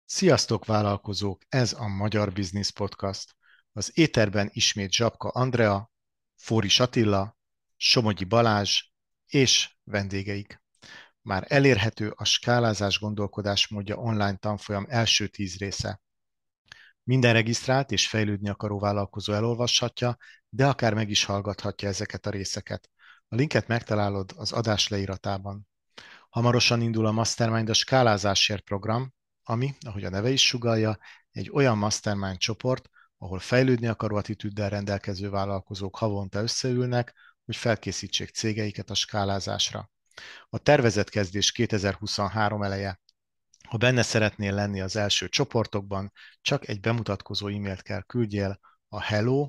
Sziasztok, vállalkozók! Ez a Magyar Business Podcast. Az éterben ismét Zsapka Andrea, Fóris Attila, Somogyi Balázs és vendégeik. Már elérhető a skálázás gondolkodásmódja online tanfolyam első 10 része. Minden regisztrált és fejlődni akaró vállalkozó elolvashatja, de akár meg is hallgathatja ezeket a részeket. A linket megtalálod az adás leíratában. Hamarosan indul a Mastermind a skálázásért program, ami, ahogy a neve is sugallja, egy olyan mastermind csoport, ahol fejlődni akaró attitűddel rendelkező vállalkozók havonta összeülnek, hogy felkészítsék cégeiket a skálázásra. A tervezett kezdés 2023 eleje. Ha benne szeretnél lenni az első csoportokban, csak egy bemutatkozó e-mailt kell küldjél a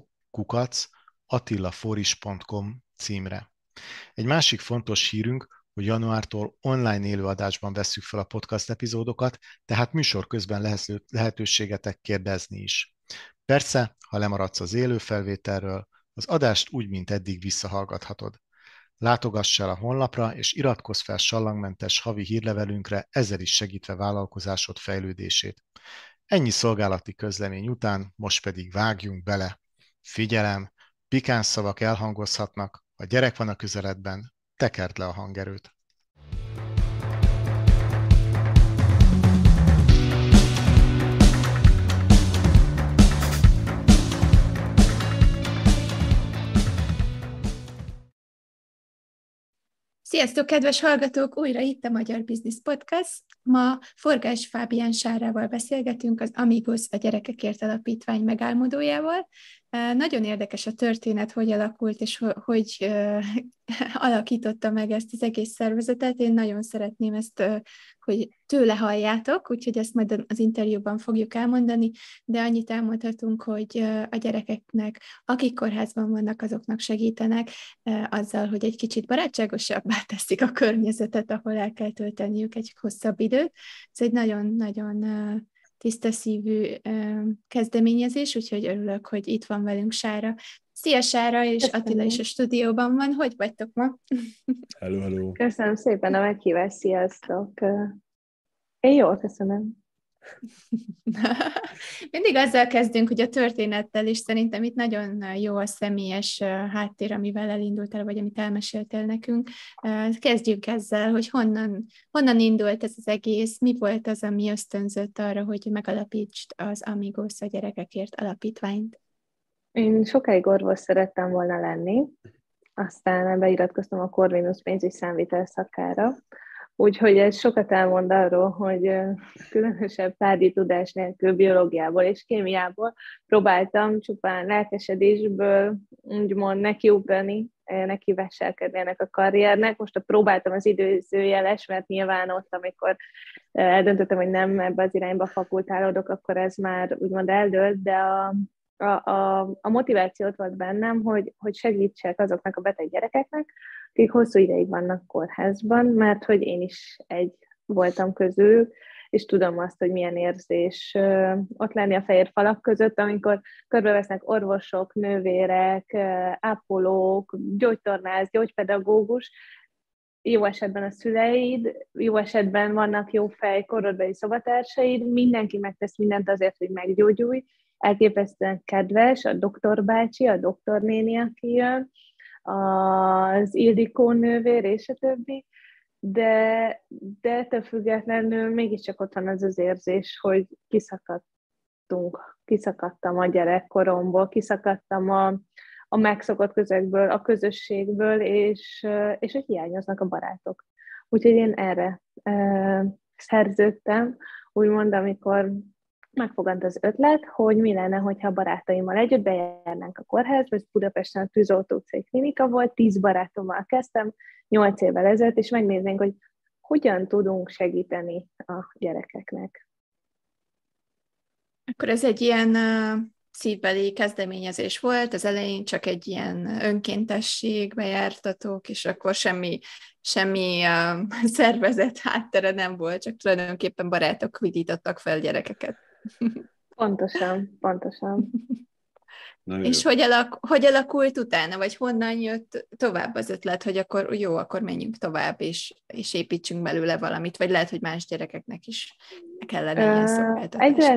hello@attilaforis.com címre. Egy másik fontos hírünk, hogy januártól online élőadásban vesszük fel a podcast epizódokat, tehát műsor közben lehetőségetek kérdezni is. Persze, ha lemaradsz az élő felvételről, az adást úgy, mint eddig visszahallgathatod. Látogass el a honlapra, és iratkozz fel sallangmentes havi hírlevelünkre, ezzel is segítve vállalkozásod fejlődését. Ennyi szolgálati közlemény után, most pedig vágjunk bele. Figyelem, pikáns szavak elhangozhatnak, ha gyerek van a közeledben, tekerd le a hangerőt. Sziasztok, kedves hallgatók! Újra itt a Magyar Business Podcast. Ma Forgás Fábián Sárával beszélgetünk, az Amigos a Gyerekekért Alapítvány megálmodójával. Nagyon érdekes a történet, hogy alakult, és hogy alakította meg ezt az egész szervezetet. Én nagyon szeretném ezt, hogy tőle halljátok, úgyhogy ezt majd az interjúban fogjuk elmondani, de annyit elmondhatunk, hogy a gyerekeknek, akik kórházban vannak, azoknak segítenek azzal, hogy egy kicsit barátságosabbá teszik a környezetet, ahol el kell tölteniük egy hosszabb időt. Ez egy nagyon-nagyon tiszta szívű kezdeményezés, úgyhogy örülök, hogy itt van velünk Sára. Szia Sára, és Köszönöm. Attila is a stúdióban van. Hogy vagytok ma? Hello, hello. Köszönöm szépen a meghívást, sziasztok! Én jól köszönöm. Mindig azzal kezdünk, hogy a történettel, és szerintem itt nagyon jó a személyes háttér, amivel elindultál, vagy amit elmeséltél nekünk. Kezdjük ezzel, hogy honnan indult ez az egész, mi volt az, ami ösztönzött arra, hogy megalapítsd az Amigos a Gyerekekért Alapítványt? Én sokáig orvos szerettem volna lenni, aztán beiratkoztam a Corvinus pénzügy számvitel szakára, úgyhogy ez sokat elmond arról, hogy különösebb tárgyi tudás nélkül biológiából és kémiából próbáltam csupán lelkesedésből úgymond nekiugrani, nekiveselkedni ennek a karriernek. Most próbáltam az időzőjeles, mert nyilván ott, amikor eldöntöttem, hogy nem ebbe az irányba fakultálódok, akkor ez már úgymond eldőlt, de a motiváció ott volt bennem, hogy segítsek azoknak a beteg gyerekeknek, akik hosszú ideig vannak kórházban, mert hogy én is egy voltam közülük, és tudom azt, hogy milyen érzés ott lenni a fehér falak között, amikor körbevesznek orvosok, nővérek, ápolók, gyógytornász, gyógypedagógus, jó esetben a szüleid, jó esetben vannak jó fej, korodbeli szobatársaid, mindenki megtesz mindent azért, hogy meggyógyulj, elképesztően kedves, a doktor bácsi, a doktornéni, aki jön, az Ildikó nővér, és a többi, de ettől függetlenül mégiscsak ott van az az érzés, hogy kiszakadtam a gyerekkoromból, kiszakadtam a megszokott közegből, a közösségből, és hogy hiányoznak a barátok. Úgyhogy én erre szerződtem, úgymond, amikor megfogant az ötlet, hogy mi lenne, hogyha barátaimmal együtt bejárnánk a kórházba, ez Budapesten a Tűzoltó utcai klinika volt, 10 barátommal kezdtem, 8 évvel ezelőtt, és megnéznénk, hogy hogyan tudunk segíteni a gyerekeknek. Akkor ez egy ilyen szívbeli kezdeményezés volt, az elején csak egy ilyen önkéntességbe jártatok, és akkor semmi szervezett háttere nem volt, csak tulajdonképpen barátok vidítottak fel gyerekeket. Pontosan. És hogy alakult utána, vagy honnan jött tovább az ötlet, hogy akkor jó, akkor menjünk tovább, és építsünk belőle valamit, vagy lehet, hogy más gyerekeknek is kellene ilyen szolgáltatás.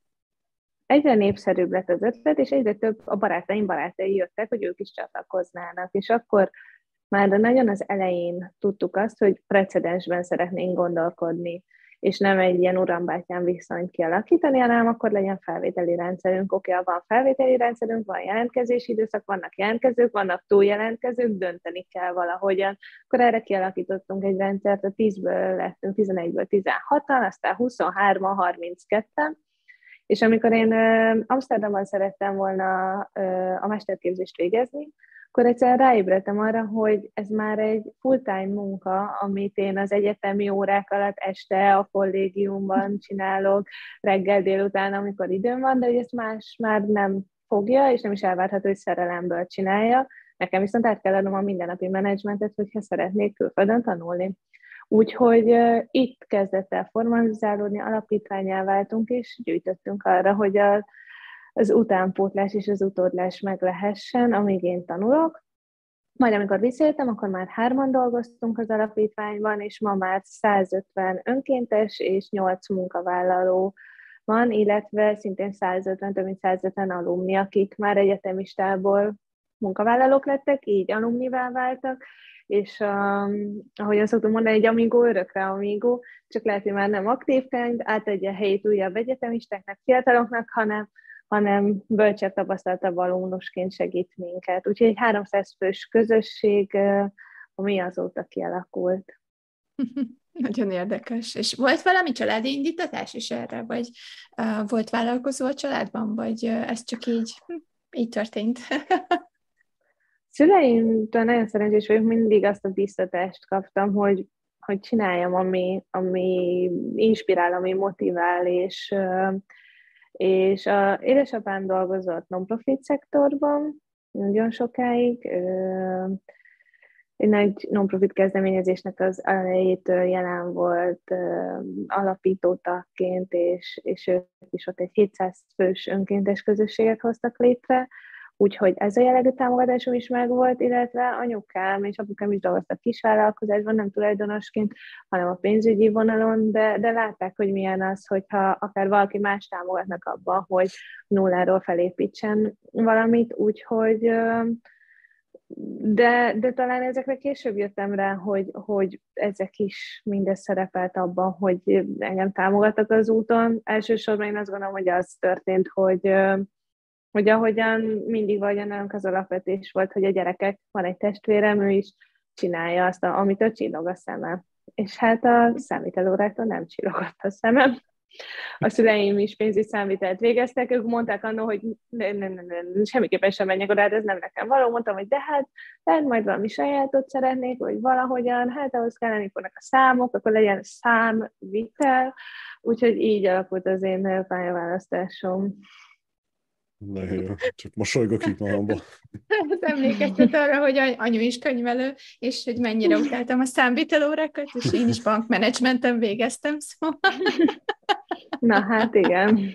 Egyre népszerűbb lett az ötlet, és egyre több a barátai jöttek, hogy ők is csatlakoznának. És akkor már nagyon az elején tudtuk azt, hogy precedensben szeretnénk gondolkodni, és nem egy ilyen urambátyám viszonyt kialakítani, hanem akkor legyen felvételi rendszerünk. Oké, van felvételi rendszerünk, van jelentkezési időszak, vannak jelentkezők, vannak túljelentkezők, dönteni kell valahogyan. Akkor erre kialakítottunk egy rendszert, a 10-ből lettünk 11-ből 16-an, aztán 23-an, 32-en, és amikor én Amsterdamban szerettem volna a mesterképzést végezni, akkor egyszerűen ráébredtem arra, hogy ez már egy full-time munka, amit én az egyetemi órák alatt este a kollégiumban csinálok, reggel délután, amikor időm van, de hogy ezt más már nem fogja, és nem is elvárható, hogy szerelemből csinálja. Nekem viszont át kell adnom a mindennapi menedzsmentet, hogyha szeretnék külföldön tanulni. Úgyhogy itt kezdett el formalizálódni, alapítvánnyá váltunk, és gyűjtöttünk arra, hogy az utánpótlás és az utódlás meg lehessen, amíg én tanulok. Majd amikor visszajöttem, akkor már 3-an dolgoztunk az alapítványban, és ma már 150 önkéntes és 8 munkavállaló van, illetve szintén 150, több mint 150 alumni, akik már egyetemistából munkavállalók lettek, így alumnivá váltak, és ahogyan szoktam mondani, egy amigo örökre amigo, csak lehet, hogy már nem aktívként, átadja a helyét újabb egyetemistáknak, fiataloknak, hanem bölcsebb, tapasztaltabb alumnusként segít minket. Úgyhogy egy 300 fős közösség, ami azóta kialakult. Nagyon érdekes. És volt valami családi indítatás is erre? Vagy volt vállalkozó a családban? Vagy ez csak így történt? Szüleimtől nagyon szerencsés vagyok, mindig azt a biztatást kaptam, hogy csináljam, ami inspirál, ami motivál, és a édesapám dolgozott non-profit szektorban nagyon sokáig. Egy nagy non-profit kezdeményezésnek az elejétől jelen volt alapító tagként, és ők is ott egy 700 fős önkéntes közösséget hoztak létre, úgyhogy ez a jellegű támogatásom is megvolt, illetve anyukám és apukám is dolgoztak kisvállalkozásban, nem tulajdonosként, hanem a pénzügyi vonalon, de látták, hogy milyen az, hogyha akár valaki más támogatnak abban, hogy nulláról felépítsen valamit, úgyhogy de talán ezekre később jöttem rá, hogy ezek is mindez szerepelt abban, hogy engem támogattak az úton. Elsősorban én azt gondolom, hogy az történt, hogy ahogyan mindig nálunk az alapvetés volt, hogy a gyerekek, van egy testvérem, ő is csinálja azt, amitől csillog a szeme. És hát a számítóóráktól nem csillogott a szemem. A szüleim is pénzügyi számvitelt végeztek, ők mondták annól, hogy semmiképpen sem menjek oda, de ez nem nekem való. Mondtam, hogy de hát majd valami sajátot szeretnék, vagy valahogyan, hát ahhoz kellene fognak a számok, akkor legyen számvitel. Úgyhogy így alakult az én pályaválasztásom. Nagyon jó, csak mosolygok itt magamban. Ez emlékeztet arra, hogy anyu is könyvelő, és hogy mennyire utáltam a számvitelórákat, és én is bankmenedzsmenten végeztem, szóval. Na hát igen.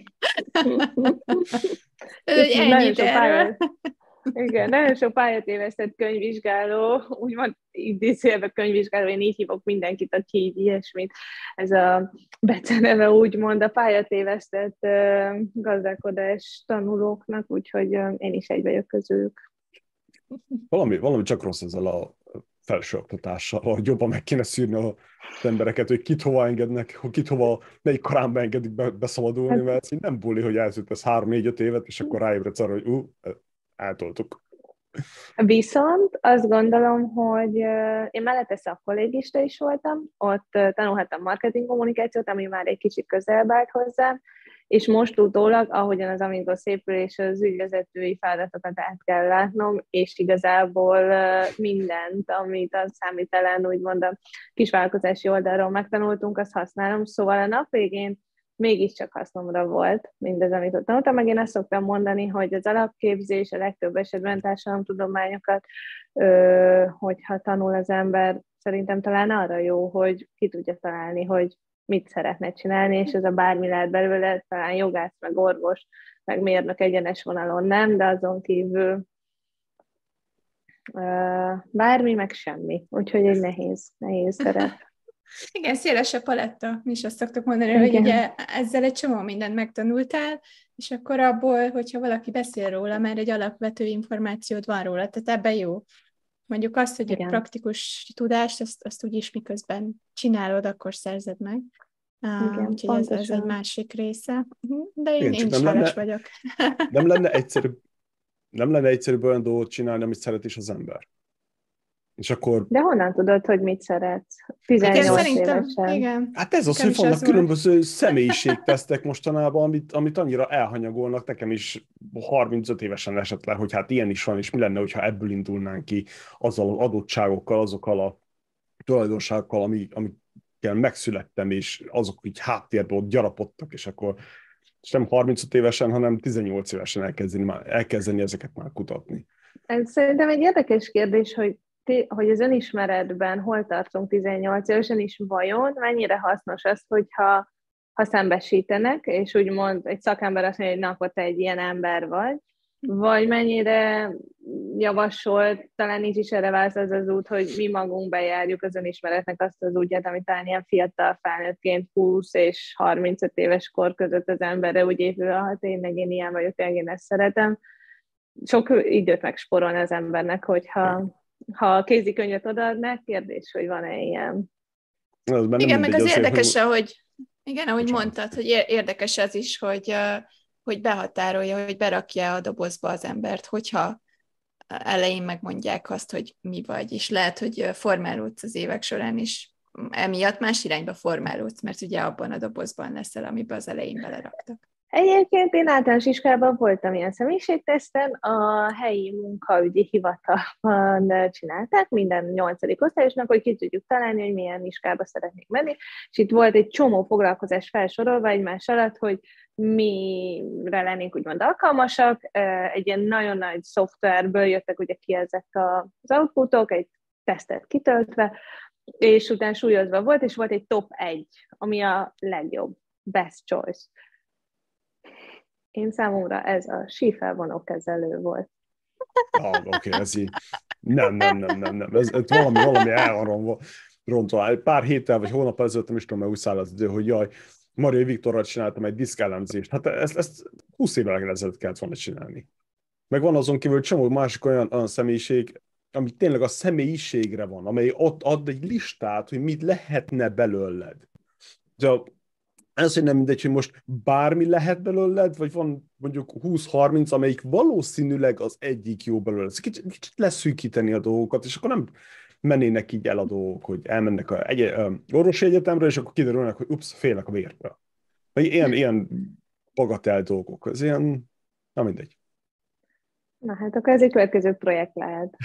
Ennyit erről. Igen, nagyon sok pályatévesztett könyvvizsgáló, úgymond idézőjelben könyvvizsgáló, én így hívok mindenkit, aki így ilyesmit, ez a beceneve úgymond a pályatévesztett gazdálkodás tanulóknak, úgyhogy én is egy vagyok közülük. Valami csak rossz ezzel a felsőoktatással, hogy jobban meg kéne szűrni az embereket, hogy kit hova engednek, melyik koránba engedik beszabadulni, mert ez így nem bulli, hogy elszültesz 3-4-5 évet, és akkor ráébredsz arra, hogy eltoltuk. Viszont azt gondolom, hogy én mellette szakkollégista is voltam, ott tanulhattam marketing kommunikációt, ami már egy kicsit közelebb állt hozzám, és most utólag, ahogyan az Amigo szépül, és az ügyvezetői feladatokat át kell látnom, és igazából mindent, amit a számvitelen, úgymond a kisvállalkozási oldalról megtanultunk, azt használom, szóval a nap végén mégiscsak hasznomra volt mindez, amit ott tanultam, meg én azt szoktam mondani, hogy az alapképzés a legtöbb esetben társadalomtudományokat, hogyha tanul az ember, szerintem talán arra jó, hogy ki tudja találni, hogy mit szeretne csinálni, és ez a bármi lehet belőle, talán jogász, meg orvos, meg mérnök egyenes vonalon nem, de azon kívül bármi, meg semmi. Úgyhogy egy nehéz szerep. Igen, széles a paletta. Mi is azt szoktuk mondani, Igen. hogy ugye ezzel egy csomó mindent megtanultál, és akkor abból, hogyha valaki beszél róla, már egy alapvető információd van róla, tehát ebben jó. Mondjuk azt, hogy Igen. a praktikus tudást, azt úgyis miközben csinálod, akkor szerzed meg. Igen, úgyhogy ez egy másik része. De én is hálás vagyok. Nem lenne egyszerűbb olyan dolgot csinálni, amit szeret is az ember. És akkor... De honnan tudod, hogy mit szeretsz? 18 évesen. Igen. Hát ez az, hogy vannak különböző személyiségtesztek mostanában, amit annyira elhanyagolnak, nekem is 35 évesen esett le, hogy hát ilyen is van, és mi lenne, hogyha ebből indulnánk ki azzal az adottságokkal, azokkal a tulajdonságokkal, amikkel megszülettem, és azok így háttérből ott gyarapodtak, és akkor és nem 35 évesen, hanem 18 évesen elkezdeni ezeket már kutatni. Ez szerintem egy érdekes kérdés, hogy az önismeretben hol tartunk 18 évesen is, vajon mennyire hasznos az, hogyha szembesítenek, és úgymond egy szakember azt mondja, hogy na, akkor te egy ilyen ember vagy mennyire javasolt, talán nincs is erre válasz az út, hogy mi magunk bejárjuk az önismeretnek azt az útját, amit talán ilyen fiatal felnőttként 20 és 35 éves kor között az emberre úgy épül, ha tényleg én ilyen vagyok, tényleg én ezt szeretem. Sok időt megspórolna az embernek, hogyha a kézikönyvet odaadnák, kérdés, hogy van-e ilyen. Igen, meg az érdekes, ahogy mondtad, hogy érdekes az is, hogy behatárolja, hogy berakja a dobozba az embert, hogyha elején megmondják azt, hogy mi vagy, és lehet, hogy formálódsz az évek során is, emiatt más irányba formálódsz, mert ugye abban a dobozban leszel, amiben az elején beleraktak. Egyébként én általános iskolában voltam ilyen személyiségteszten, a helyi munkaügyi hivatalban csinálták minden 8. osztályosnak, hogy ki tudjuk találni, hogy milyen iskolába szeretnék menni, és itt volt egy csomó foglalkozás felsorolva egymás alatt, hogy mire lennénk úgymond alkalmasak, egy ilyen nagyon nagy szoftverből jöttek ugye ki ezek az outputok, egy tesztet kitöltve, és utána súlyozva volt, és volt egy top 1, ami a legjobb, best choice. Én számomra ez a sífelvonó kezelő volt. Oké, ez így. Nem. Ez valami el van rontva. Egy pár héttel vagy hónap ezelőtt, nem is tudom, mert úgy száll az idő, hogy jaj, Mariai Viktorral csináltam egy diszkelemzést. Hát ezt 20 évvel ezelőtt kellett volna csinálni. Meg van azon kívül csomó másik olyan személyiség, ami tényleg a személyiségre van, amely ott ad egy listát, hogy mit lehetne belőled. De ez, hogy nem mindegy, hogy most bármi lehet belőled, vagy van mondjuk 20-30, amelyik valószínűleg az egyik jó belőled. Kicsit leszűkíteni a dolgokat, és akkor nem mennének így el a dolgok, hogy elmennek orvosi egyetemre, és akkor kiderülnek, hogy félnek a vértől. Ilyen bagatel dolgok. Ez ilyen, na mindegy. Na hát akkor ez egy következő projekt lehet.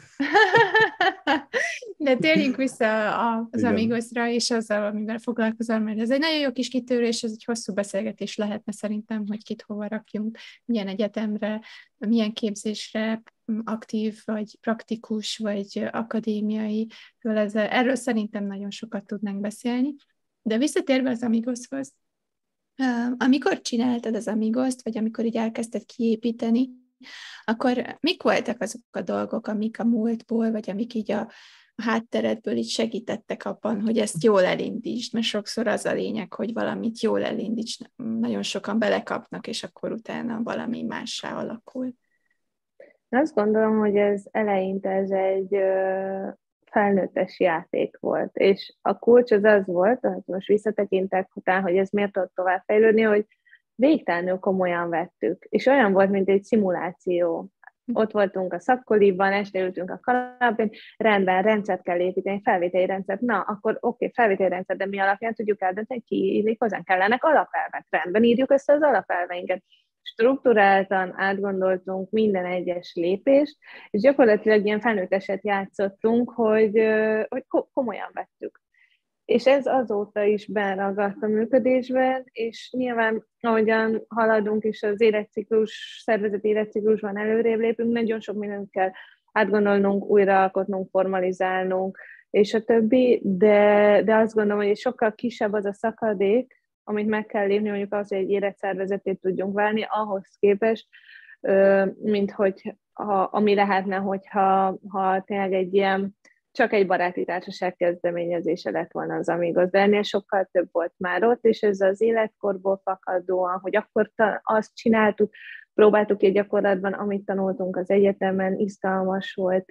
De térjünk vissza az Amigosra, és azzal, amivel foglalkozol, mert ez egy nagyon jó kis kitörés, ez egy hosszú beszélgetés lehetne szerintem, hogy kit hova rakjunk, milyen egyetemre, milyen képzésre, aktív, vagy praktikus, vagy akadémiai. Erről szerintem nagyon sokat tudnánk beszélni. De visszatérve az Amigoshoz, amikor csináltad az Amigost, vagy amikor így elkezdted kiépíteni, akkor mik voltak azok a dolgok, amik a múltból, vagy amik így a hátteredből így segítettek abban, hogy ezt jól elindítsd, mert sokszor az a lényeg, hogy valamit jól elindíts, nagyon sokan belekapnak, és akkor utána valami mássá alakul. Azt gondolom, hogy ez eleinte ez egy felnőttes játék volt, és a kulcs az volt, hogy most visszatekintek utána, hogy ez miért tudott továbbfejlődni, hogy végtelenül komolyan vettük, és olyan volt, mint egy szimuláció. Ott voltunk a szakkoliban, este ültünk a kanapén, rendben, rendszert kell építeni, felvételi rendszert, na, akkor oké, felvételi rendszer, de mi alapján tudjuk eldönteni, ki illik hozzánk, kellenek alapelvek, rendben írjuk össze az alapelveinket. Strukturáltan átgondoltunk minden egyes lépést, és gyakorlatilag ilyen felnőtteset játszottunk, hogy komolyan vettük. És ez azóta is benragadt a működésben, és nyilván, ahogyan haladunk, és az életciklus, szervezeti életciklusban előrébb lépünk, nagyon sok mindent kell átgondolnunk, újraalkotnunk, formalizálnunk, és a többi, de azt gondolom, hogy sokkal kisebb az a szakadék, amit meg kell lépni, mondjuk az, hogy egy érett szervezetté tudjunk válni, ahhoz képest, mint hogy ami lehetne, hogyha tényleg egy ilyen, csak egy baráti társaság kezdeményezése lett volna az Amigos, de ennél sokkal több volt már ott, és ez az életkorból fakadóan, hogy akkor azt csináltuk, próbáltuk egy gyakorlatban, amit tanultunk az egyetemen, izgalmas volt,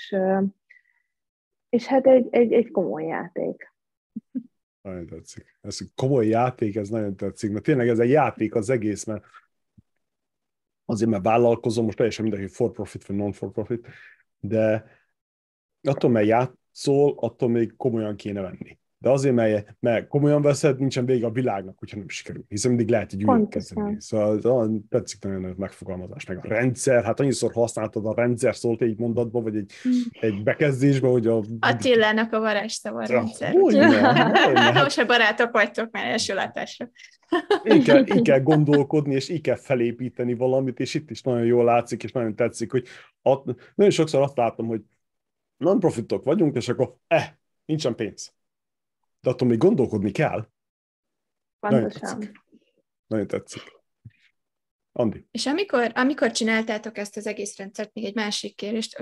és hát egy komoly játék. Nagyon tetszik. Ez a komoly játék, ez nagyon tetszik, mert tényleg ez egy játék az egész, mert azért, mert vállalkozom, most teljesen mindegy, hogy for profit vagy non for profit, de attól, mert játszol, attól még komolyan kéne venni. De azért, mert komolyan veszed, nincsen vége a világnak, hogyha nem sikerül. Hiszen mindig lehet egy újat kezdeni. Szóval tetszik nagyon a megfogalmazás. Meg a rendszer, hát annyiszor használtad a rendszer szólt egy mondatban, vagy egy bekezdésben, hogy Attilának a varázsszava a rendszer. Most a barátok vagytok már első látásra. Így kell gondolkodni, és így kell felépíteni valamit, és itt is nagyon jól látszik, és nagyon tetszik, hogy nagyon sokszor azt látom, hogy non-profitok vagyunk, és akkor nincsen pénz. De attól még gondolkodni kell. Pontosan. Nagyon tetszik. Andi. És amikor csináltátok ezt az egész rendszert, még egy másik kérdést,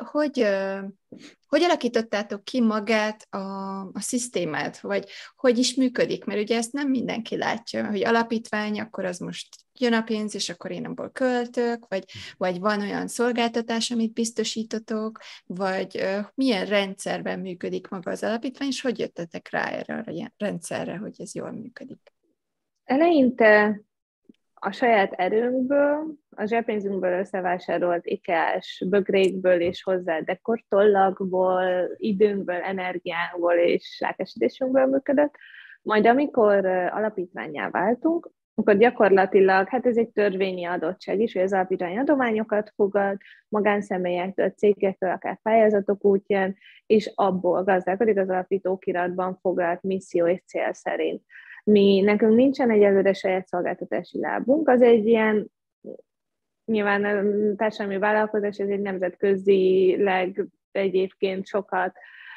hogy alakítottátok ki magát a szisztémát, vagy hogy is működik? Mert ugye ezt nem mindenki látja, hogy alapítvány, akkor az most jön a pénz, és akkor én abból költök, vagy van olyan szolgáltatás, amit biztosítotok, vagy milyen rendszerben működik maga az alapítvány, és hogy jöttetek rá erre a rendszerre, hogy ez jól működik? Eleinte a saját erőnkből, a zsebpénzünkből összevásárolt IKEA-s bögrékből és hozzá dekortollagból, időnkből, energiánkból és lelkesedésünkből működött. Majd amikor alapítvánnyá váltunk, akkor gyakorlatilag, hát ez egy törvényi adottság is, hogy az alapítvány adományokat fogad, magánszemélyektől, cégektől, akár pályázatok útján, és abból gazdálkodik az alapítókiratban foglalt misszió és cél szerint. Nekünk nincsen egyelőre saját szolgáltatási lábunk, az egy ilyen, nyilván a társadalmi vállalkozás, ez egy nemzetközileg egyébként sokat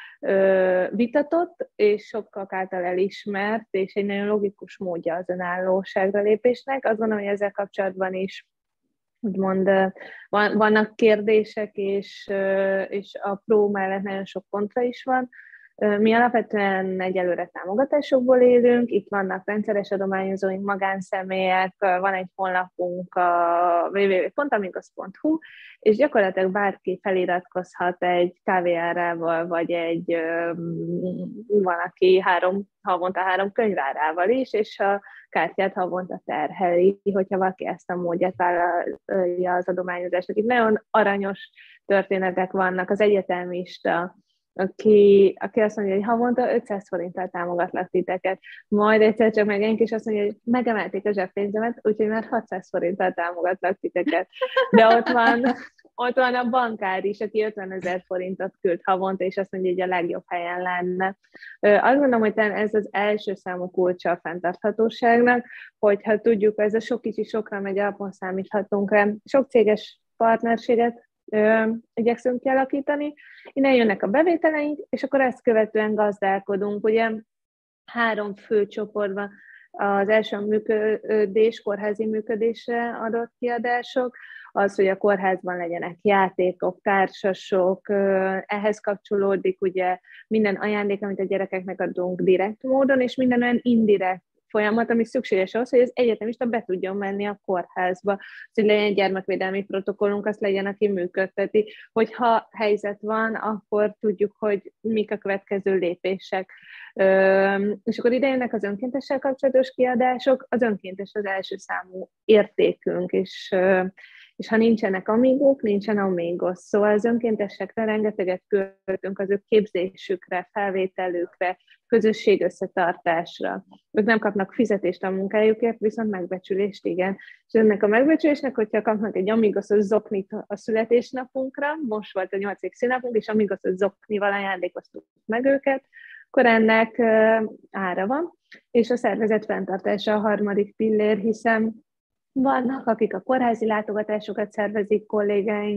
vitatott, és sokak által elismert, és egy nagyon logikus módja az önállóságra lépésnek. Azt gondolom, hogy ezzel kapcsolatban is úgymond vannak kérdések, és a pro mellett nagyon sok kontra is van. Mi alapvetően egyelőre támogatásokból élünk, itt vannak rendszeres adományozóink, magánszemélyek, van egy honlapunk, a www.amigos.hu, és gyakorlatilag bárki feliratkozhat egy kávéárával, vagy van, aki havonta 3 könyvárával is, és a kártyát havonta terheli, hogyha valaki ezt a módját vállalja az adományozásnak. Itt nagyon aranyos történetek vannak, az egyetemista, aki azt mondja, hogy havonta 500 forinttal támogatlak titeket. Majd egyszer csak megjelenk, és azt mondja, hogy megemelték a zsebpénzemet, úgyhogy már 600 forinttal támogatlak titeket. De ott van a bankár is, aki 50 000 forintot küld havonta, és azt mondja, hogy a legjobb helyen lenne. Azt gondolom, hogy ez az első számú kulcsa a fenntarthatóságnak, hogyha tudjuk, ez a sok kicsi sokra megy, alapon számíthatunk rá. Sok céges partnerséget igyekszünk kialakítani, innen jönnek a bevételeink, és akkor ezt követően gazdálkodunk. Ugye 3 fő csoportban az első működés, kórházi működésre adott kiadások, az, hogy a kórházban legyenek játékok, társasok, ehhez kapcsolódik ugye minden ajándék, amit a gyerekeknek adunk direkt módon, és minden olyan indirekt folyamat, ami szükséges ahhoz, hogy az egyetemista be tudjon menni a kórházba, hogy legyen egy gyermekvédelmi protokollunk, azt legyen, aki működteti. Hogyha helyzet van, akkor tudjuk, hogy mik a következő lépések. És akkor ide jönnek az önkéntessel kapcsolatos kiadások, az önkéntes az első számú értékünk, és ha nincsenek amigók, nincsen amigos. Szóval az önkéntesekre rengeteget költünk az ő képzésükre, felvételükre, közösség összetartásra. Ők nem kapnak fizetést a munkájukért, viszont megbecsülést igen. És ennek a megbecsülésnek, hogyha kapnak egy amigosos zoknit a születésnapunkra, most volt a 8. színapunk, és amigosos zoknival ajándékoztuk meg őket, akkor ennek ára van. És a szervezet fenntartása a harmadik pillér, hiszen vannak, akik a kórházi látogatásokat szervezik kollégáink,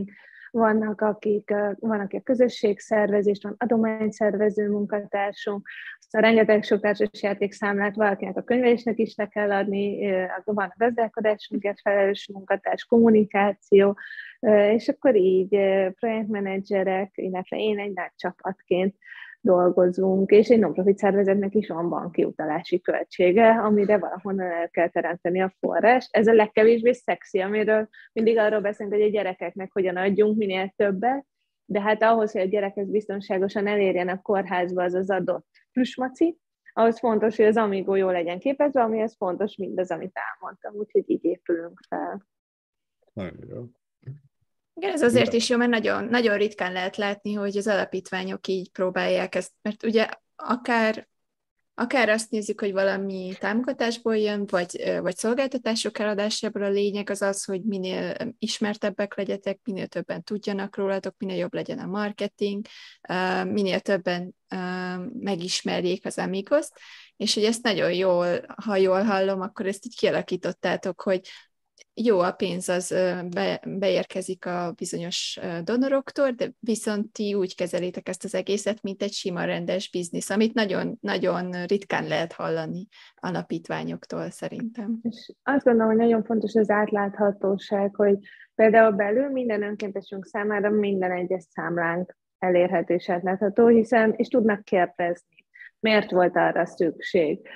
van, aki a közösségszervezést, van adományszervező munkatársunk, aztán rengeteg sok társasjátékszámlát valakinek a könyvelésnek is le kell adni, van a gazdálkodásunkért felelős munkatárs, kommunikáció, és akkor így projektmenedzserek, illetve én egy nagy csapatként dolgozunk, és egy non-profit szervezetnek is van banki utalási költsége, amire valahonnan el kell teremteni a forrást. Ez a legkevésbé szexi, amiről mindig arról beszélünk, hogy a gyerekeknek hogyan adjunk minél többet, de hát ahhoz, hogy a gyerek ezt biztonságosan elérjen a kórházba, az adott plüsmaci, ahhoz fontos, hogy az Amigo jól legyen képezve, amihez fontos mindaz, amit elmondtam, úgyhogy így épülünk fel. Nagyon jó. Igen, ez azért is jó, mert nagyon, nagyon ritkán lehet látni, hogy az alapítványok így próbálják ezt, mert ugye akár azt nézzük, hogy valami támogatásból jön, vagy szolgáltatások eladásából, a lényeg az az, hogy minél ismertebbek legyetek, minél többen tudjanak rólatok, minél jobb legyen a marketing, minél többen megismerjék az Amigoszt, és hogy ezt nagyon jól, ha jól hallom, akkor ezt így kialakítottátok, hogy jó, a pénz az beérkezik a bizonyos donoroktól, de viszont ti úgy kezelitek ezt az egészet, mint egy sima rendes biznisz, amit nagyon, nagyon ritkán lehet hallani alapítványoktól szerintem. És azt gondolom, hogy nagyon fontos az átláthatóság, hogy például belül minden önkéntesünk számára minden egyes számlánk elérhető és átlátható, és tudnak kérdezni, miért volt arra szükség.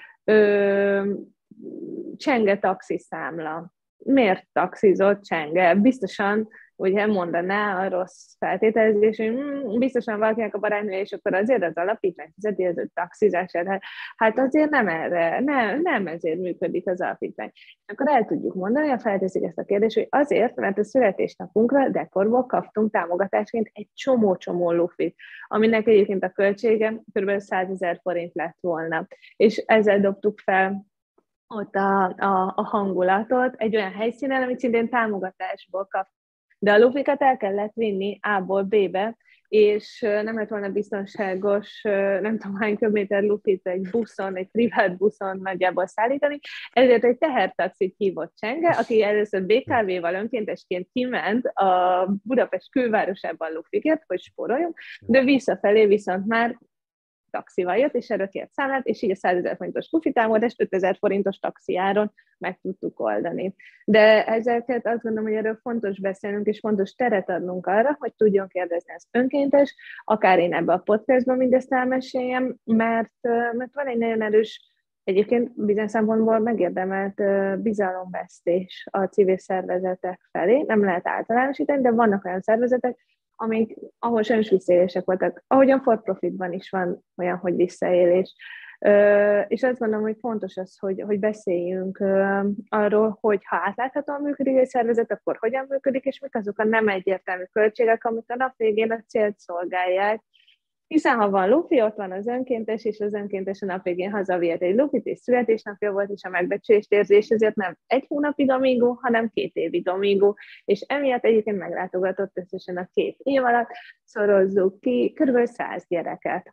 Csenge taxiszámla. Miért taxizott Csenge? Biztosan, ugye mondaná a rossz feltételezés, hogy biztosan valakinek a barátnője, és akkor azért az alapítvány fizeti az ő taxizását. Hát azért nem erre, nem ezért működik az alapítvány. Akkor el tudjuk mondani, ha felteszik ezt a kérdést, hogy azért, mert a születésnapunkra dekorból kaptunk támogatásként egy csomó lufit, aminek egyébként a költsége kb. 100 000 forint lett volna. És ezzel dobtuk fel ott a hangulatot egy olyan helyszínen, amit szintén támogatásból kap. De a lufikat el kellett vinni A-ból B-be, és nem lett volna biztonságos, nem tudom hány köbméter lufit egy buszon, egy privát buszon nagyjából szállítani, ezért egy tehertaxit hívott Csenge, aki először BKV-val önkéntesként kiment a Budapest külvárosában lufikért, hogy spóroljunk, de visszafelé viszont már taxival jött, és erről kért számlát, és így a 100 000 forintos lufi támogatást 5 000 forintos taxiáron meg tudtuk oldani. De ezeket azt gondolom, hogy erről fontos beszélnünk, és fontos teret adnunk arra, hogy tudjon kérdezni az önkéntes, akár én ebbe a podcastban mindezt elmeséljem, mert van egy nagyon erős, egyébként bizonyos szempontból megérdemelt bizalomvesztés a civil szervezetek felé. Nem lehet általánosítani, de vannak olyan szervezetek, ahol sajnos visszaélések voltak. Ahogyan for profitban is van olyan, hogy visszaélés. És azt gondolom, hogy fontos az, hogy beszéljünk arról, hogy ha átláthatóan működik egy szervezet, akkor hogyan működik, és mik azok a nem egyértelmű költségek, amik a nap végén a célt szolgálják. Hiszen ha van lufi, ott van az önkéntes, és az önkéntes a nap végén hazavihet egy lufit, és születésnapja volt, és a megbecsülést érzés, ezért nem 1 hónapig Amigo, hanem 2 évig Amigo, és emiatt egyébként meglátogatott összesen a 2 év alatt, szorozzuk ki kb. 100 gyereket.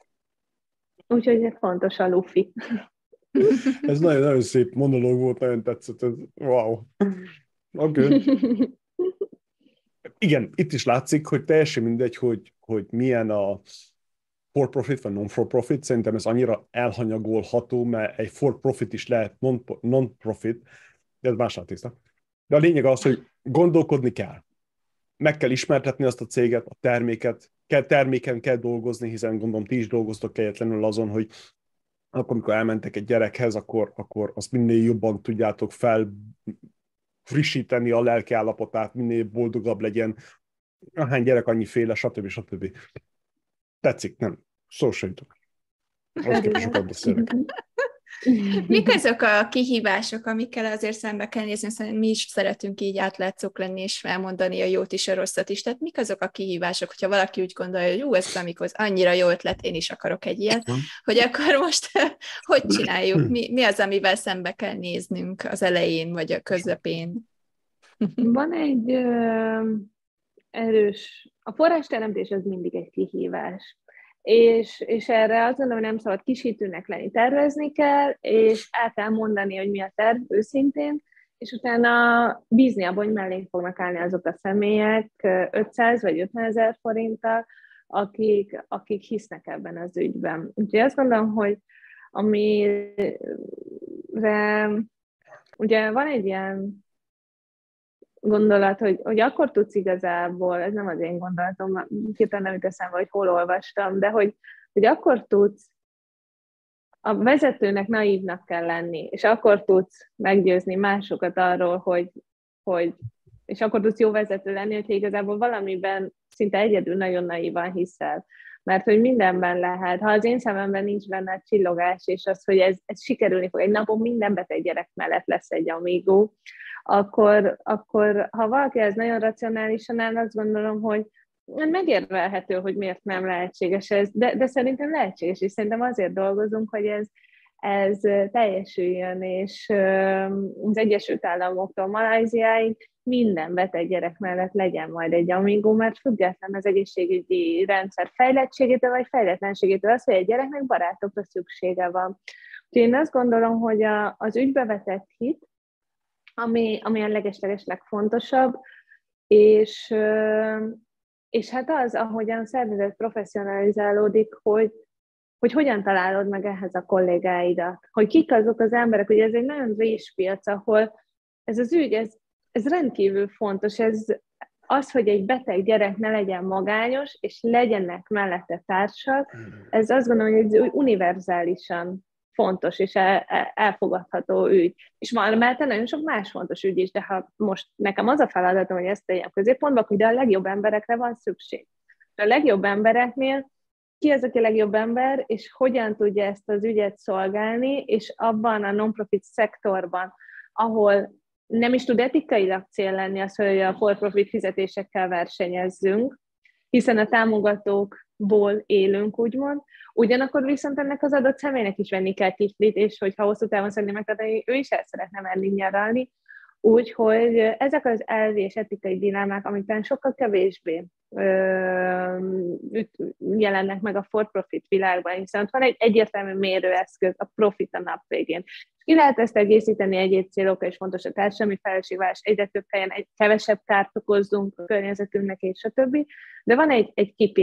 Úgyhogy fontos a lufi. Ez nagyon-nagyon szép monológ volt, nagyon tetszett, ez wow. Okay. Igen, itt is látszik, hogy teljesen mindegy, hogy milyen a for-profit vagy non-for-profit, szerintem ez annyira elhanyagolható, mert egy for-profit is lehet non-profit, de ez más tészta. De a lényeg az, hogy gondolkodni kell. Meg kell ismertetni azt a céget, a terméken kell dolgozni, hiszen gondolom ti is dolgoztok kegyetlenül azon, hogy akkor, amikor elmentek egy gyerekhez, akkor azt minél jobban tudjátok frissíteni a lelki állapotát, minél boldogabb legyen, ahány gyerek, annyiféle, stb. Tetszik, nem? Szó se jutok. Most képest sokat beszélek. Mik azok a kihívások, amikkel azért szembe kell nézni, szóval mi is szeretünk így átlátszók lenni, és elmondani a jót is, a rosszat is. Tehát mik azok a kihívások, hogyha valaki úgy gondolja, hogy ez amikor annyira jó ötlet, én is akarok egy ilyet, hogy akkor most hogy csináljuk? Mi az, amivel szembe kell néznünk az elején, vagy a közepén? Van egy erős... A forrásteremtés az mindig egy kihívás. És erre azt gondolom, hogy nem szabad kisítőnek lenni, tervezni kell, és el kell mondani, hogy mi a terv őszintén, és utána bízni abban, hogy mellé fognak állni azok a személyek 500 vagy 50 000 forinttal, akik hisznek ebben az ügyben. Úgyhogy azt gondolom, hogy amire ugye van egy ilyen gondolat, hogy akkor tudsz igazából, ez nem az én gondolatom, hirtelen nem jut eszembe, hogy hol olvastam, de hogy akkor tudsz, a vezetőnek naívnak kell lenni, és akkor tudsz meggyőzni másokat arról, hogy és akkor tudsz jó vezető lenni, hogyha igazából valamiben szinte egyedül nagyon naívan hiszel. Mert hogy mindenben lehet. Ha az én szememben nincs benne a csillogás, és az, hogy ez sikerülni fog, egy napon minden beteg gyerek mellett lesz egy Amigo, akkor ha valaki ez nagyon racionálisan áll, azt gondolom, hogy megérvelhető, hogy miért nem lehetséges ez, de szerintem lehetséges, és szerintem azért dolgozunk, hogy ez teljesüljön, és az Egyesült Államoktól Malajziáig minden beteg gyerek mellett legyen majd egy Amigo, mert független az egészségügyi rendszer fejlettségétől vagy fejletlenségétől az, hogy egy gyereknek barátokra szüksége van. Úgyhogy én azt gondolom, hogy az ügybe vetett hit, ami a legesleges legfontosabb, és hát az, ahogyan a szervezet professzionalizálódik, hogy hogyan találod meg ehhez a kollégáidat, hogy kik azok az emberek, hogy ez egy nagyon réspiac, ahol ez az ügy, ez rendkívül fontos, az, hogy egy beteg gyerek ne legyen magányos, és legyenek mellette társak, ez azt gondolom, hogy ez univerzálisan fontos és elfogadható ügy. És mellette nagyon sok más fontos ügy is, de ha most nekem az a feladatom, hogy ezt tegyem középpontba, hogy a legjobb emberekre van szükség. A legjobb embereknél ki az, aki a legjobb ember, és hogyan tudja ezt az ügyet szolgálni, és abban a non-profit szektorban, ahol nem is tud etikailag cél lenni az, hogy a for-profit fizetésekkel versenyezzünk, hiszen a támogatókból élünk, úgymond. Ugyanakkor viszont ennek az adott személynek is venni kell kiflit, és hogyha hosszú távon szeretné megtartani, ő is el szeretne menni nyaralni. Úgyhogy ezek az elvi és etikai dilemák, amikben sokkal kevésbé jelennek meg a for-profit világban, hiszen van egy egyértelmű mérőeszköz, a profit a nap végén. Ki lehet ezt egészíteni egyéb célokkal, és fontos a társadalmi felelősségvállalás, egyre több helyen kevesebb kárt okozzunk a környezetünknek, és a többi, de van egy KPI,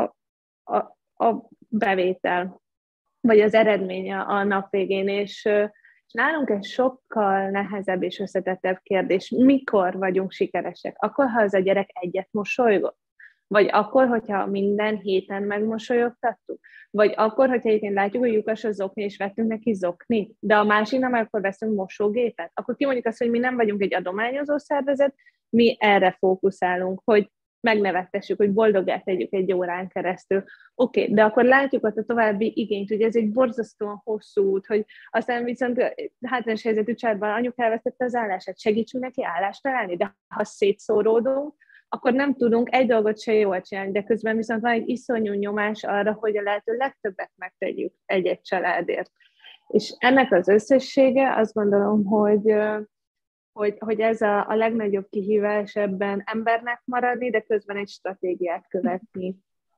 a bevétel, vagy az eredménye a nap végén, és nálunk egy sokkal nehezebb és összetettebb kérdés, mikor vagyunk sikeresek? Akkor, ha az a gyerek egyet mosolygott? Vagy akkor, hogyha minden héten megmosolyogtattuk? Vagy akkor, hogyha egyébként látjuk, hogy lyukas a zokni, és vettünk neki zoknit, de a másik nem, akkor veszünk mosógépet? Akkor kimondjuk azt, hogy mi nem vagyunk egy adományozó szervezet, mi erre fókuszálunk, hogy megnevettessük, hogy boldoggá tegyük egy órán keresztül. Oké, de akkor látjuk ott a további igényt, hogy ez egy borzasztóan hosszú út, hogy aztán viszont hátrányos helyzetű családban anyuk elvesztette az állását, segítsünk neki állást találni, de ha szétszóródunk, akkor nem tudunk egy dolgot se jól csinálni, de közben viszont van egy iszonyú nyomás arra, hogy a lehető legtöbbet megtegyük egy-egy családért. És ennek az összessége, azt gondolom, hogy ez a legnagyobb kihívás ebben embernek maradni, de közben egy stratégiát követni.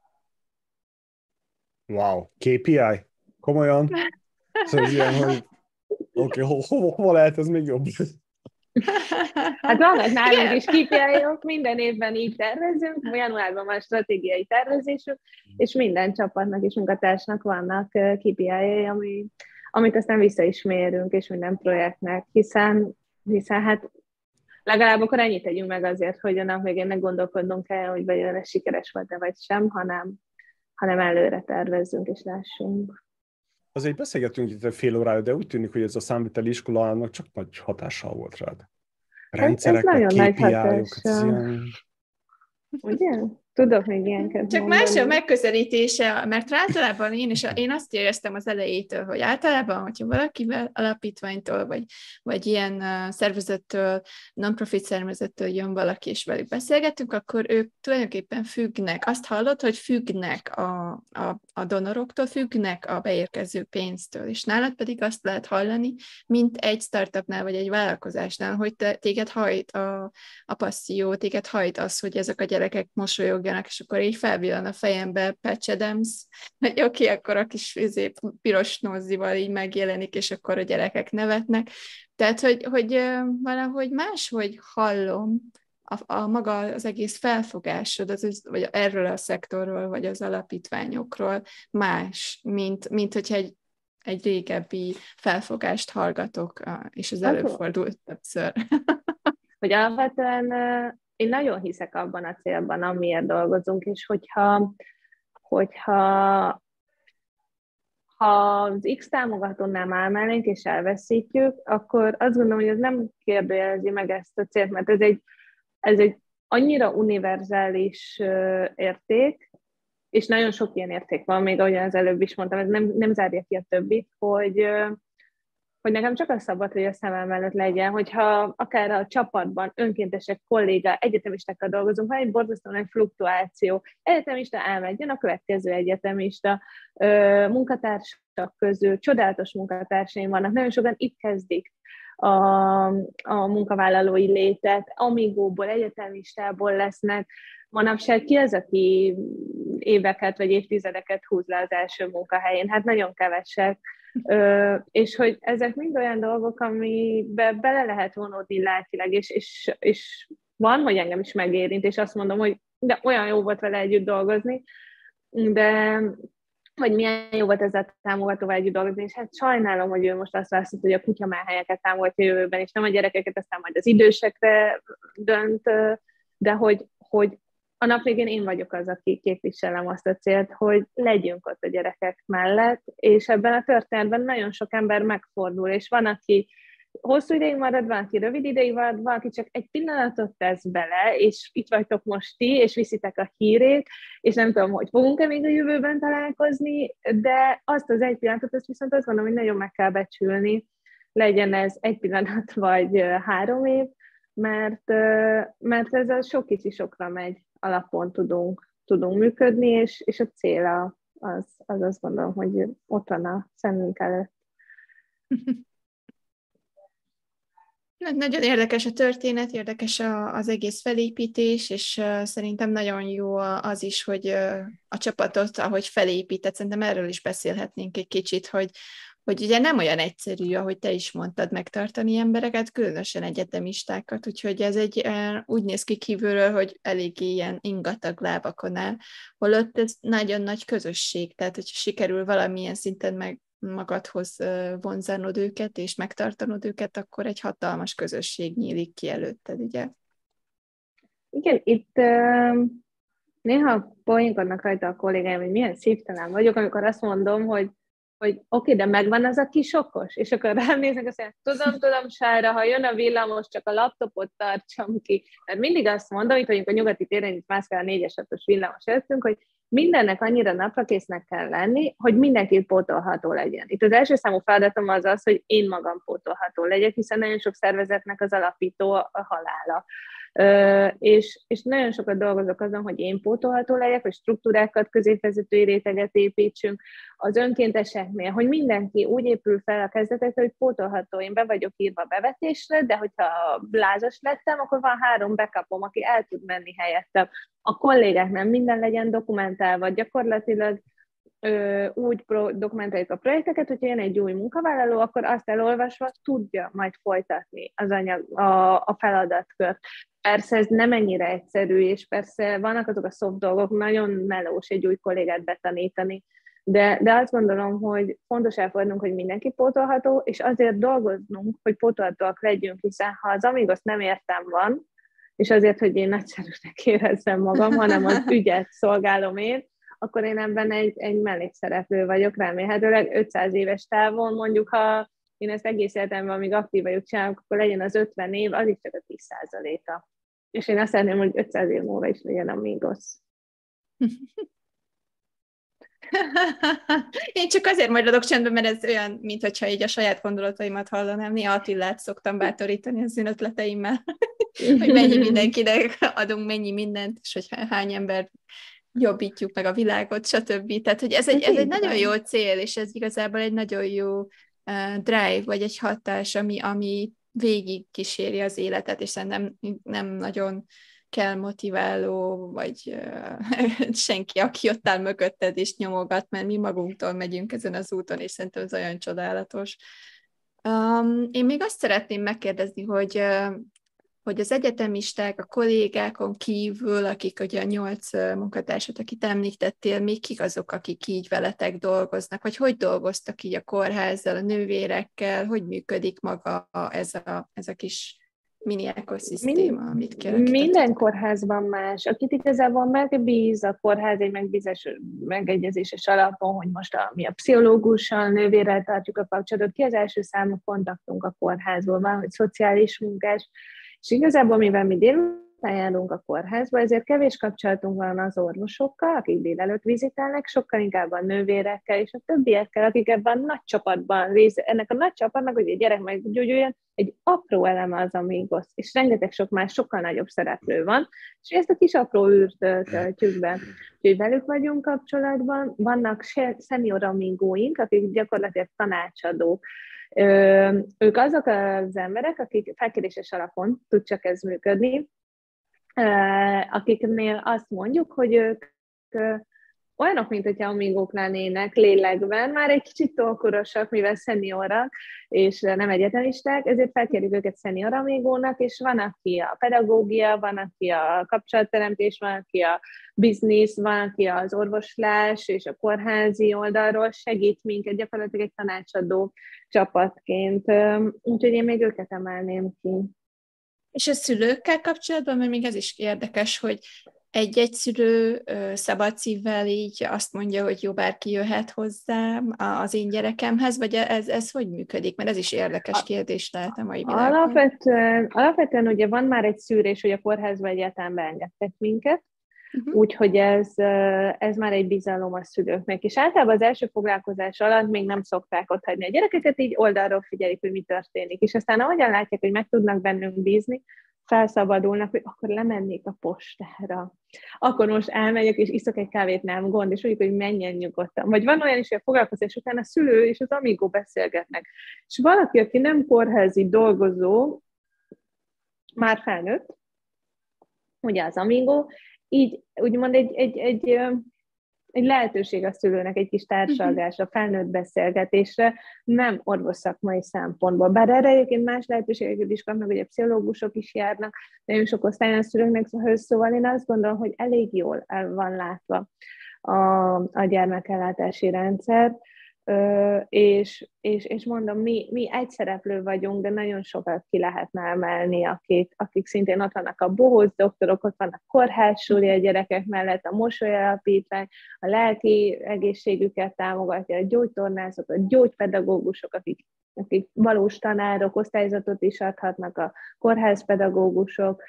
Wow, KPI? Komolyan? Szóval ez ilyen, hogy oké, hova lehet ez még jobb? Hát vannak nálunk is KPI-ok, minden évben így tervezünk, januárban van stratégiai tervezésük, és minden csapatnak és munkatársnak vannak KPI-jai, amit aztán vissza is mérünk, és minden projektnek, hiszen hát legalább akkor ennyit tegyünk meg azért, hogy a nap végén ne gondolkodnunk el, hogy vajon ez sikeres volt-e vagy sem, hanem előre tervezzünk és lássunk. Azért beszélgetünk itt fél órája, de úgy tűnik, hogy ez a számviteli iskolának csak nagy hatással volt rád. Rendszerek, ez nagyon KPI-ok, ilyen... Ugye? Tudok még ilyenket csak mondani. Más a megközelítése, mert általában én azt éreztem az elejétől, hogy általában, hogyha valakivel alapítványtól, vagy ilyen szervezettől, non-profit szervezettől jön valaki, és velük beszélgetünk, akkor ők tulajdonképpen függnek. Azt hallod, hogy függnek a donoroktól, függnek a beérkező pénztől, és nálad pedig azt lehet hallani, mint egy startupnál, vagy egy vállalkozásnál, hogy téged hajt a passzió, téged hajt az, hogy ezek a gyerekek mosolyogjanak, mozogjanak, és akkor így felvillan a fejembe Patch Adams, hogy oké, akkor a kis piros nozzival így megjelenik, és akkor a gyerekek nevetnek. Tehát, hogy valahogy máshogy hallom a maga az egész felfogásod, vagy erről a szektorról, vagy az alapítványokról más, mint hogyha egy régebbi felfogást hallgatok, és az előfordult többször. Hogy alapvetően én nagyon hiszek abban a célban, amiért dolgozunk, és hogyha az X támogatónál már mellénk és elveszítjük, akkor azt gondolom, hogy ez nem kérdőjelezi meg ezt a célt, mert ez egy annyira univerzális érték, és nagyon sok ilyen érték van, még ahogyan az előbb is mondtam, ez nem zárja ki a többit, hogy nekem csak az szabad, hogy a szemem mellett legyen, hogyha akár a csapatban önkéntesek, kollégák, egyetemistákkal dolgozunk, van egy borzasztó nagy fluktuáció. Egyetemista elmegy, jön a következő egyetemista, munkatársak közül, csodálatos munkatársaim vannak, nagyon sokan itt kezdik a munkavállalói létet, amigóból, egyetemistából lesznek. Manapság ki az, aki éveket vagy évtizedeket húz le az első munkahelyén? Hát nagyon kevesek. És hogy ezek mind olyan dolgok, amibe bele lehet vonódni lelkileg, és van, hogy engem is megérint, és azt mondom, hogy de olyan jó volt vele együtt dolgozni, de hogy milyen jó volt ezzel a támogatóval együtt dolgozni, és hát sajnálom, hogy ő most azt választott, hogy a kutyamáhelyeket támogatja jövőben, és nem a gyerekeket, aztán majd az idősekre dönt, de hogy a nap végén én vagyok az, aki képviselem azt a célt, hogy legyünk ott a gyerekek mellett, és ebben a történetben nagyon sok ember megfordul, és van, aki hosszú ideig marad, van, aki rövid ideig marad, van, aki csak egy pillanatot tesz bele, és itt vagytok most ti, és viszitek a hírét, és nem tudom, hogy fogunk-e még a jövőben találkozni, de azt az egy pillanatot, ezt viszont azt gondolom, hogy nagyon meg kell becsülni, legyen ez egy pillanat, vagy 3 év, mert ez a sok kicsi sokra megy, alapon tudunk működni, és a cél az azt gondolom, hogy ott van a szemünk előtt. Nagyon érdekes a történet, érdekes az egész felépítés, és szerintem nagyon jó az is, hogy a csapatot, ahogy felépített, szerintem erről is beszélhetnénk egy kicsit, hogy ugye nem olyan egyszerű, ahogy te is mondtad, megtartani embereket, különösen egyetemistákat, úgyhogy ez úgy néz ki kívülről, hogy eléggé ilyen ingatag lábakon áll, holott ez nagyon nagy közösség, tehát hogyha sikerül valamilyen szinten meg magadhoz vonzanod őket, és megtartanod őket, akkor egy hatalmas közösség nyílik ki előtted, ugye? Igen, itt néha poénkodnak rajta a kollégáim, hogy milyen szívtelen vagyok, amikor azt mondom, hogy oké, de megvan az a kis okos, és akkor rám néznek, azt mondják, tudom, Sára, ha jön a villamos, csak a laptopot tartsam ki. Mert mindig azt mondom, itt vagyunk a nyugati téren, itt mászkál a 4-es villamos előttünk, hogy mindennek annyira naprakésznek kell lenni, hogy mindenki pótolható legyen. Itt az első számú feladatom az, hogy én magam pótolható legyek, hiszen nagyon sok szervezetnek az alapító a halála. És nagyon sokat dolgozok azon, hogy én pótolható legyek, hogy struktúrákat, középvezetői réteget építsünk az önkénteseknél, hogy mindenki úgy épül fel a kezdetekre, hogy pótolható, én be vagyok írva bevetésre, de hogyha lázas lettem, akkor van 3 backupom, aki el tud menni helyettem. A kollégáknál minden legyen dokumentálva, gyakorlatilag úgy dokumentáljuk a projekteket, hogyha jön egy új munkavállaló, akkor azt elolvasva tudja majd folytatni az a feladatkört. Persze ez nem ennyire egyszerű, és persze vannak azok a soft dolgok, nagyon melós egy új kollégát betanítani, de azt gondolom, hogy fontos elfogadnunk, hogy mindenki pótolható, és azért dolgoznunk, hogy pótolhatóak legyünk, hiszen ha az Amigos nem értem van, és azért, hogy én nagyszerűsnek érezzem magam, hanem az ügyet szolgálom én, akkor én ebben egy mellékszereplő vagyok, remélhetőleg 500 éves távon, mondjuk ha én ezt egész életemben, amíg aktív vagyok csinálok, akkor legyen az 50 év, az is csak a 10%-a. És én azt szeretném, hogy 500 év múlva is legyen Amigos. Én csak azért maradok csendben, mert ez olyan, mintha így a saját gondolataimat hallanám. Néha Attilát szoktam bátorítani az ötleteimmel, hogy mennyi mindenkinek adunk, mennyi mindent, és hogy hány ember jobbítjuk meg a világot, stb. Tehát, hogy ez egy nagyon jó cél, és ez igazából egy nagyon jó drive, vagy egy hatás, ami végig kíséri az életet, és szerintem nem nagyon kell motiváló, vagy senki, aki ott áll mögötted és nyomogat, mert mi magunktól megyünk ezen az úton, és szerintem ez olyan csodálatos. Én még azt szeretném megkérdezni, hogy az egyetemisták, a kollégákon kívül, akik ugye a 8 munkatársat, akit említettél, még kik azok, akik így veletek dolgoznak, vagy hogy dolgoztak így a kórházzal, a nővérekkel, hogy működik maga ez a kis mini ekoszisztéma, amit kialakítottak? Minden kórházban más. Akit igazából megbíz a kórház egy megbízás, megegyezéses alapon, hogy most mi a pszichológussal, nővérrel tartjuk a kapcsolatot, ki az első számú kontaktunk a kórházból, van, hogy szociális munkás, és igazából, mivel mi délután járunk a kórházba, ezért kevés kapcsolatunk van az orvosokkal, akik délelőtt vizitálnak, sokkal inkább a nővérekkel és a többiekkel, akik ebben a nagy csapatban ennek a nagy csapatnak, hogy egy gyerek meggyógyuljon, egy apró eleme az Amigos, és rengeteg sok más, sokkal nagyobb szereplő van, és ezt a kis apró űrt töltjük be. Úgyhogy velük vagyunk kapcsolatban, vannak senior amigóink, akik gyakorlatilag tanácsadók. Ők azok az emberek, akik felkéréses alapon tud csak ez működni, akiknél azt mondjuk, hogy ők olyanok, mint hogyha amigók lennének lélekben, már egy kicsit tolkorosak, mivel szeniorak, és nem egyetemisták, ezért felkérjük őket szenior amigónak, és van, aki a pedagógia, van, aki a kapcsolatteremtés, van, aki a biznisz, van, aki az orvoslás és a kórházi oldalról segít minket, gyakorlatilag egy tanácsadó csapatként. Úgyhogy én még őket emelném ki. És a szülőkkel kapcsolatban, mert még ez is érdekes, hogy egy-egy szülő szabad szívvel így azt mondja, hogy jó, bárki jöhet hozzám az én gyerekemhez, vagy ez hogy működik? Mert ez is érdekes kérdés lehet a mai világban. Alapvetően ugye van már egy szűrés, hogy a kórházba egyáltalán beengedtek minket, úgyhogy ez már egy bizalom a szülőknek. És általában az első foglalkozás alatt még nem szokták otthagyni a gyerekeket, így oldalról figyelik, hogy mi történik. És aztán ahogyan látják, hogy meg tudnak bennünk bízni, felszabadulnak, hogy akkor lemennék a postára. Akkor most elmegyek, és iszok egy kávét, nem gond, és úgy, hogy menjen nyugodtan. Vagy van olyan is, hogy a foglalkozás után a szülő és az amigó beszélgetnek. És valaki, aki nem kórházi dolgozó, már felnőtt, ugye az amigó, így úgymond egy lehetőség a szülőnek, egy kis társalgásra, felnőtt beszélgetésre, nem orvosszakmai szempontból. Bár erre egyébként más lehetőségeket is kapnak, hogy a pszichológusok is járnak, nagyon sok osztályon a szülőknek, szóval én azt gondolom, hogy elég jól el van látva a gyermekellátási rendszer, és mondom, mi egy szereplő vagyunk, de nagyon sokat ki lehetne emelni, akik szintén ott vannak a bohóc doktorok, ott vannak kórházsúli a gyerekek mellett, a mosolyalapítvány, a lelki egészségüket támogatja, a gyógytornászok, a gyógypedagógusok, akik valós tanárok, osztályzatot is adhatnak, a kórházpedagógusok,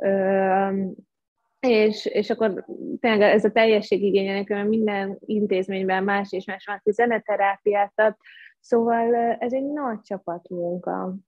és akkor tényleg ez a teljességigénye, mert minden intézményben más és más van, aki zeneterápiát ad, szóval ez egy nagy csapatmunka.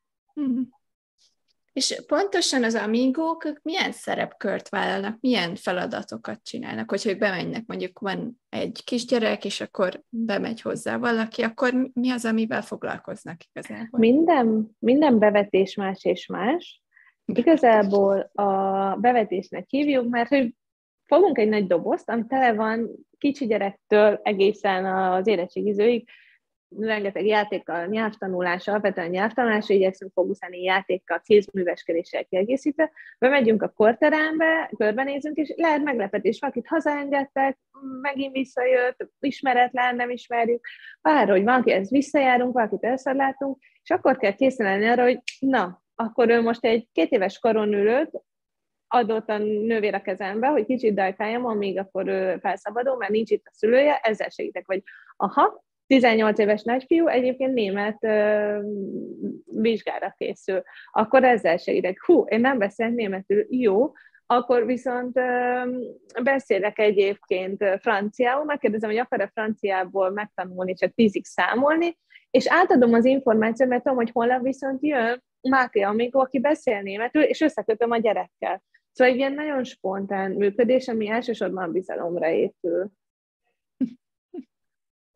És pontosan az amigók milyen szerepkört vállalnak, milyen feladatokat csinálnak, hogyha ők bemennek, mondjuk van egy kisgyerek, és akkor bemegy hozzá valaki, akkor mi az, amivel foglalkoznak igazából? Minden bevetés más és más. Igazából a bevetésnek hívjuk, mert hogy fogunk egy nagy dobozt, ami tele van kicsi gyerektől egészen az érettségizőig, rengeteg játékkal, nyelvtanulásra, alapvetően nyelvtanulásra igyekszünk fókuszálni, játékkal, kézműveskedéssel kiegészítve. Bemegyünk a korterembe, körbenézünk, és lehet meglepetés, valakit hazaengedtek, megint visszajött, ismeretlen, nem ismerjük, bárhogy valakihez visszajárunk, valakit elszarlátunk, és akkor kell készülni arra, hogy na, akkor ő most egy 2 éves koronülőt adott a nővér a kezembe, hogy kicsit dajkáljam, amíg akkor ő felszabadul, mert nincs itt a szülője, ezzel segítek. Vagy 18 éves nagyfiú egyébként német vizsgára készül, akkor ezzel segítek. Én nem beszélek németül, jó, akkor viszont beszélek egyébként franciául, megkérdezem, hogy akar-e franciából megtanulni, csak 10-ig számolni, és átadom az információt, mert tudom, hogy holnap viszont jön Máté Amigó, aki beszél németül, és összekötöm a gyerekkel. Szóval egy ilyen nagyon spontán működés, ami elsősorban bizalomra épül.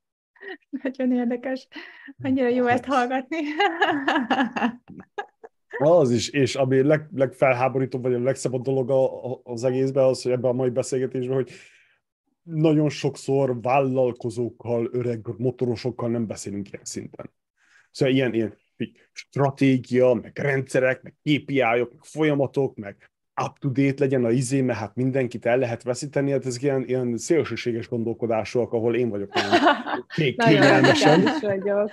Nagyon érdekes. Annyira jó ezt hallgatni. Az is, és ami legfelháborítóbb, vagy a legszebb dolog az egészben az, hogy ebben a mai beszélgetésben, hogy nagyon sokszor vállalkozókkal, öreg motorosokkal nem beszélünk ilyen szinten. Szóval ilyen stratégia, meg rendszerek, meg KPI-ok, meg folyamatok, meg up-to-date legyen a mert hát mindenkit el lehet veszíteni, hát ezek ilyen szélsőséges gondolkodások, ahol én vagyok kényelmesen. vagyok.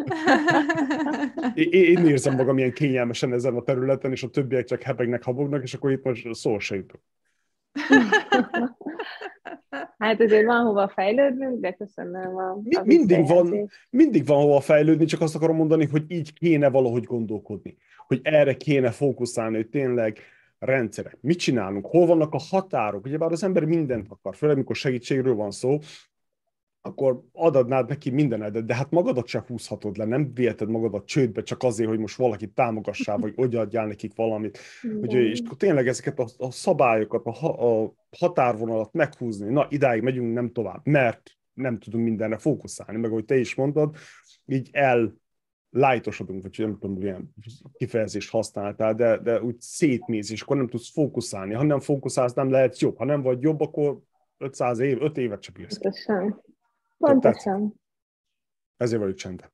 Én érzem magam ilyen kényelmesen ezen a területen, és a többiek csak hebegnek, habognak, és akkor itt most szó se jutok. Hát azért van hova fejlődnünk, de köszönöm a mindig van hova fejlődni, csak azt akarom mondani, hogy így kéne valahogy gondolkodni. Hogy erre kéne fókuszálni, hogy tényleg rendszerek. Mit csinálunk? Hol vannak a határok? Ugyebár az ember mindent akar, főleg amikor segítségről van szó, akkor adnád neki mindenedet, de hát magadat sem húzhatod le, nem viheted magadat csődbe csak azért, hogy most valakit támogassál, vagy adjál nekik valamit. Ugye, és tényleg ezeket a szabályokat, a határvonalat meghúzni, na idáig megyünk, nem tovább, mert nem tudunk mindenre fókuszálni, meg ahogy te is mondtad, így lájtosodunk, vagy nem tudom, milyen kifejezést használtál, de úgy szétmész, és akkor nem tudsz fókuszálni. Ha nem fókuszálsz, nem lehetsz jobb. Ha nem vagy jobb, akkor 5 évet csak bírsz. Pontosan. Ezért vagyok csendben.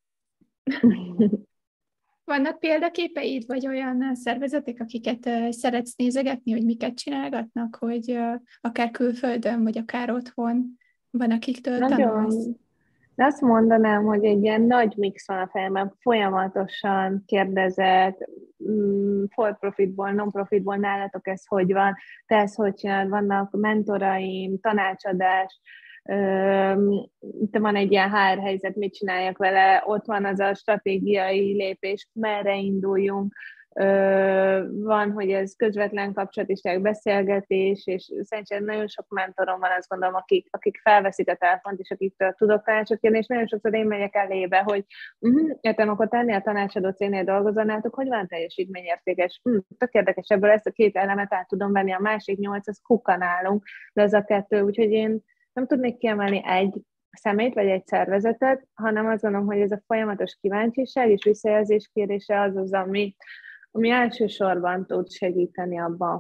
Vannak példaképeid, vagy olyan szervezetek, akiket szeretsz nézegetni, hogy miket csinálgatnak, hogy akár külföldön, vagy akár otthon van, akiktől tanulsz? De azt mondanám, hogy egy ilyen nagy mix van a fejemben, folyamatosan kérdezek, for profitból, non-profitból, nálatok ez hogy van, te ez hogy csinálod, vannak mentoraim, tanácsadás, itt van egy ilyen HR helyzet, mit csináljak vele, ott van az a stratégiai lépés, merre induljunk, van, hogy ez közvetlen kapcsolat, beszélgetés, és szerintem nagyon sok mentorom van, azt gondolom, akik felveszik a telefont, és akiktől tudok tanácsot kérni, és nagyon sokszor én megyek elébe, hogy értem, akkor tenni a tanácsadó cégnél dolgozzanátok, hogy van teljesítményértékes? Tök érdekes, ebből ezt a 2 elemet át tudom venni, a másik 8, az kukanálunk, de ez a 2, úgyhogy én nem tudnék kiemelni egy személyt vagy egy szervezetet, hanem azt gondolom, hogy ez a folyamatos kíváncsiság és visszajelzés kérése az, ami elsősorban tud segíteni abban,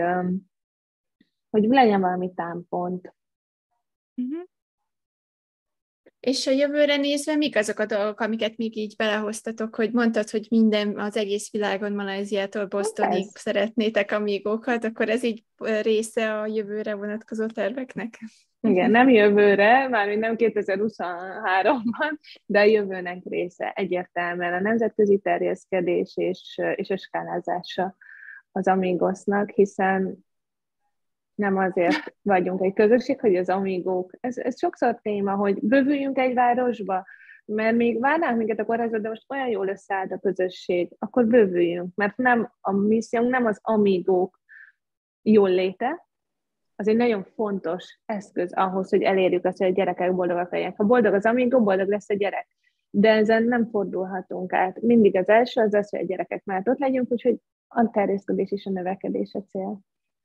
hogy legyen valami támpont. Uh-huh. És a jövőre nézve, mik azok a dolgok, amiket még így belehoztatok, hogy mondtad, hogy minden az egész világon, Malajziától Bostonig szeretnétek amigókat, akkor ez így része a jövőre vonatkozó terveknek? Igen, nem jövőre, mármint nem 2023-ban, de a jövőnek része egyértelműen a nemzetközi terjeszkedés és a skálázása az Amigosnak, hiszen nem azért vagyunk egy közösség, hogy az amigók, ez sokszor téma, hogy bővüljünk egy városba, mert még várnánk minket a kórházba, de most olyan jól összeállt a közösség, akkor bővüljünk, mert nem a missziónk, nem az amigók jól léte, az egy nagyon fontos eszköz ahhoz, hogy elérjük azt, hogy a gyerekek boldogak legyenek. Ha boldog az amigó, boldog lesz a gyerek. De ezen nem fordulhatunk át. Mindig az első az az, hogy a gyerekek mellett ott legyünk, úgyhogy a terjeszkedés és a növekedés a cél.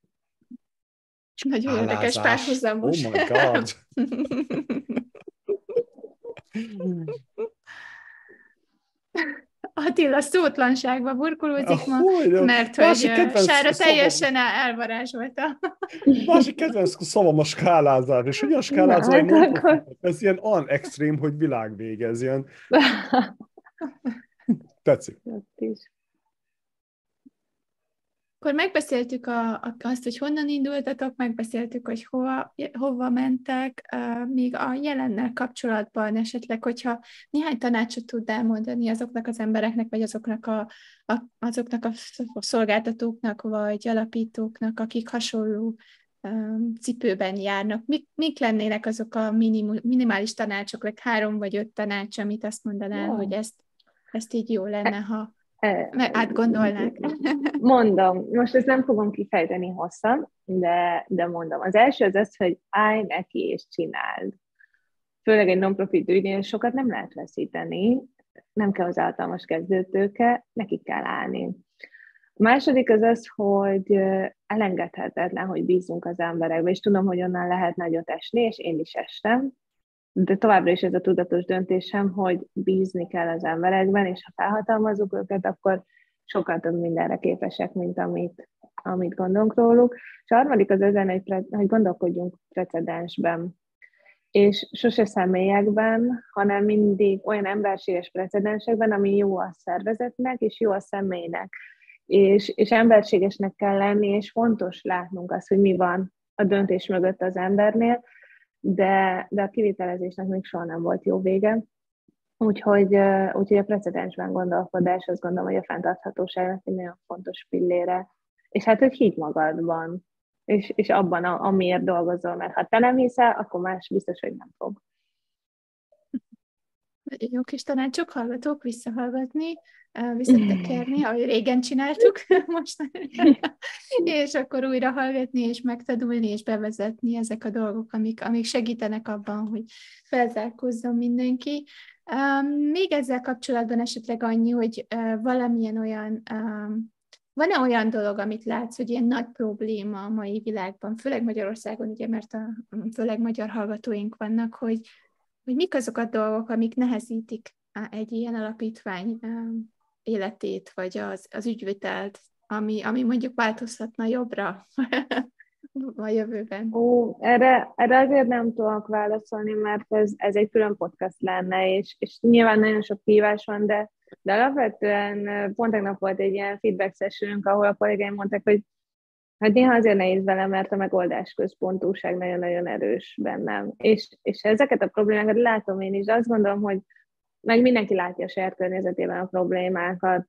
Nagyon érdekes párhuzamos. Oh my God! Attila szótlanságba burkolózik ma, mert hogy Sára teljesen elvarázsolta. Másik kedvenc szavam a skálázás, és hogyan skálázol? Ez ilyen olyan extrém, hogy világvége, ez ilyen... Tetszik. Akkor megbeszéltük azt, hogy honnan indultatok, megbeszéltük, hogy hova mentek, még a jelennel kapcsolatban esetleg, hogyha néhány tanácsot tudnál mondani azoknak az embereknek, vagy azoknak a szolgáltatóknak, vagy alapítóknak, akik hasonló cipőben járnak. Mik lennének azok a minimális tanácsok, vagy 3 vagy 5 tanács, amit azt mondanál, hogy ezt így jó lenne, ha átgondolnák. Mondom, most ezt nem fogom kifejteni hosszan, de mondom. Az első az, hogy állj neki és csináld. Főleg egy non-profit ügynél sokat nem lehet veszíteni, nem kell az hatalmas kezdőtőke, neki kell állni. A második az, hogy elengedhetetlen, hogy bízunk az emberekbe, és tudom, hogy onnan lehet nagyot esni, és én is estem, de továbbra is ez a tudatos döntésem, hogy bízni kell az emberekben, és ha felhatalmazunk őket, akkor sokkal több mindenre képesek, mint amit gondolunk róluk. És a harmadik az ezen, hogy gondolkodjunk precedensben. És sose személyekben, hanem mindig olyan emberséges precedensekben, ami jó a szervezetnek, és jó a személynek. És emberségesnek kell lenni, és fontos látnunk azt, hogy mi van a döntés mögött az embernél, de a kivitelezésnek még soha nem volt jó vége. Úgyhogy a precedensben gondolkodás, azt gondolom, hogy a fenntarthatóságnak egy nagyon fontos pillére. És hát, hogy higgy magadban, és abban, amiért dolgozol, mert ha te nem hiszel, akkor más biztos, hogy nem fog. Nagyon jó kis tanácsok, hallgatók, visszahallgatni, visszatekerni, ahogy régen csináltuk most, és akkor újra hallgatni, és megtanulni, és bevezetni ezek a dolgok, amik segítenek abban, hogy felzárkózzon mindenki. Még ezzel kapcsolatban esetleg annyi, hogy valamilyen olyan, van-e olyan dolog, amit látsz, hogy ilyen nagy probléma a mai világban, főleg Magyarországon, ugye, mert főleg magyar hallgatóink vannak, hogy mik azok a dolgok, amik nehezítik egy ilyen alapítvány életét, vagy az ügyvitelt, ami mondjuk változhatna jobbra a jövőben? Erre azért nem tudok válaszolni, mert ez egy külön podcast lenne, és nyilván nagyon sok kihívás van, de alapvetően pont tegnap volt egy ilyen feedback sessionünk, ahol a kollégáim mondták, hogy hát néha azért nehéz vele, mert a megoldás központúság nagyon-nagyon erős bennem. És ezeket a problémákat látom én is, de azt gondolom, hogy meg mindenki látja a saját környezetében a problémákat,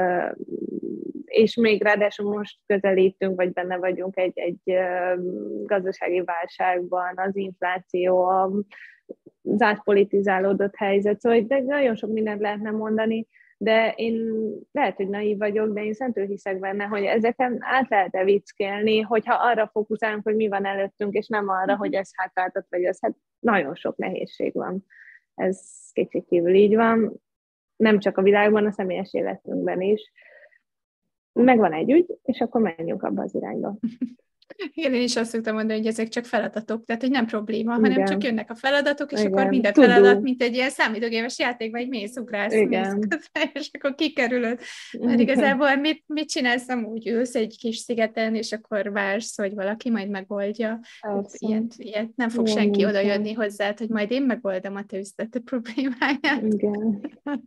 és még ráadásul most közelítünk, vagy benne vagyunk egy gazdasági válságban, az infláció, az átpolitizálódott helyzet, szóval de nagyon sok mindent lehetne mondani, de én lehet, hogy naív vagyok, de én szentül hiszek benne, hogy ezeken át lehet-e vicckelni, hogyha arra fókuszálunk, hogy mi van előttünk, és nem arra, hogy ez hátráltat, vagy az, hát nagyon sok nehézség van. Ez kétségkívül így van. Nem csak a világban, a személyes életünkben is. Megvan egy ügy, és akkor menjünk abba az irányba. Én is azt szoktam mondani, hogy ezek csak feladatok, tehát hogy nem probléma, Igen. hanem csak jönnek a feladatok, és Igen. akkor minden feladat, mint egy ilyen számítógépes játékban, egy mész, ugrálsz, és akkor kikerülöd. Mert igazából mit csinálsz amúgy? Ülsz egy kis szigeten, és akkor vársz, hogy valaki majd megoldja. Ilyet nem fog senki oda jönni hozzád, hogy majd én megoldom a te üzleti problémáját. Igen.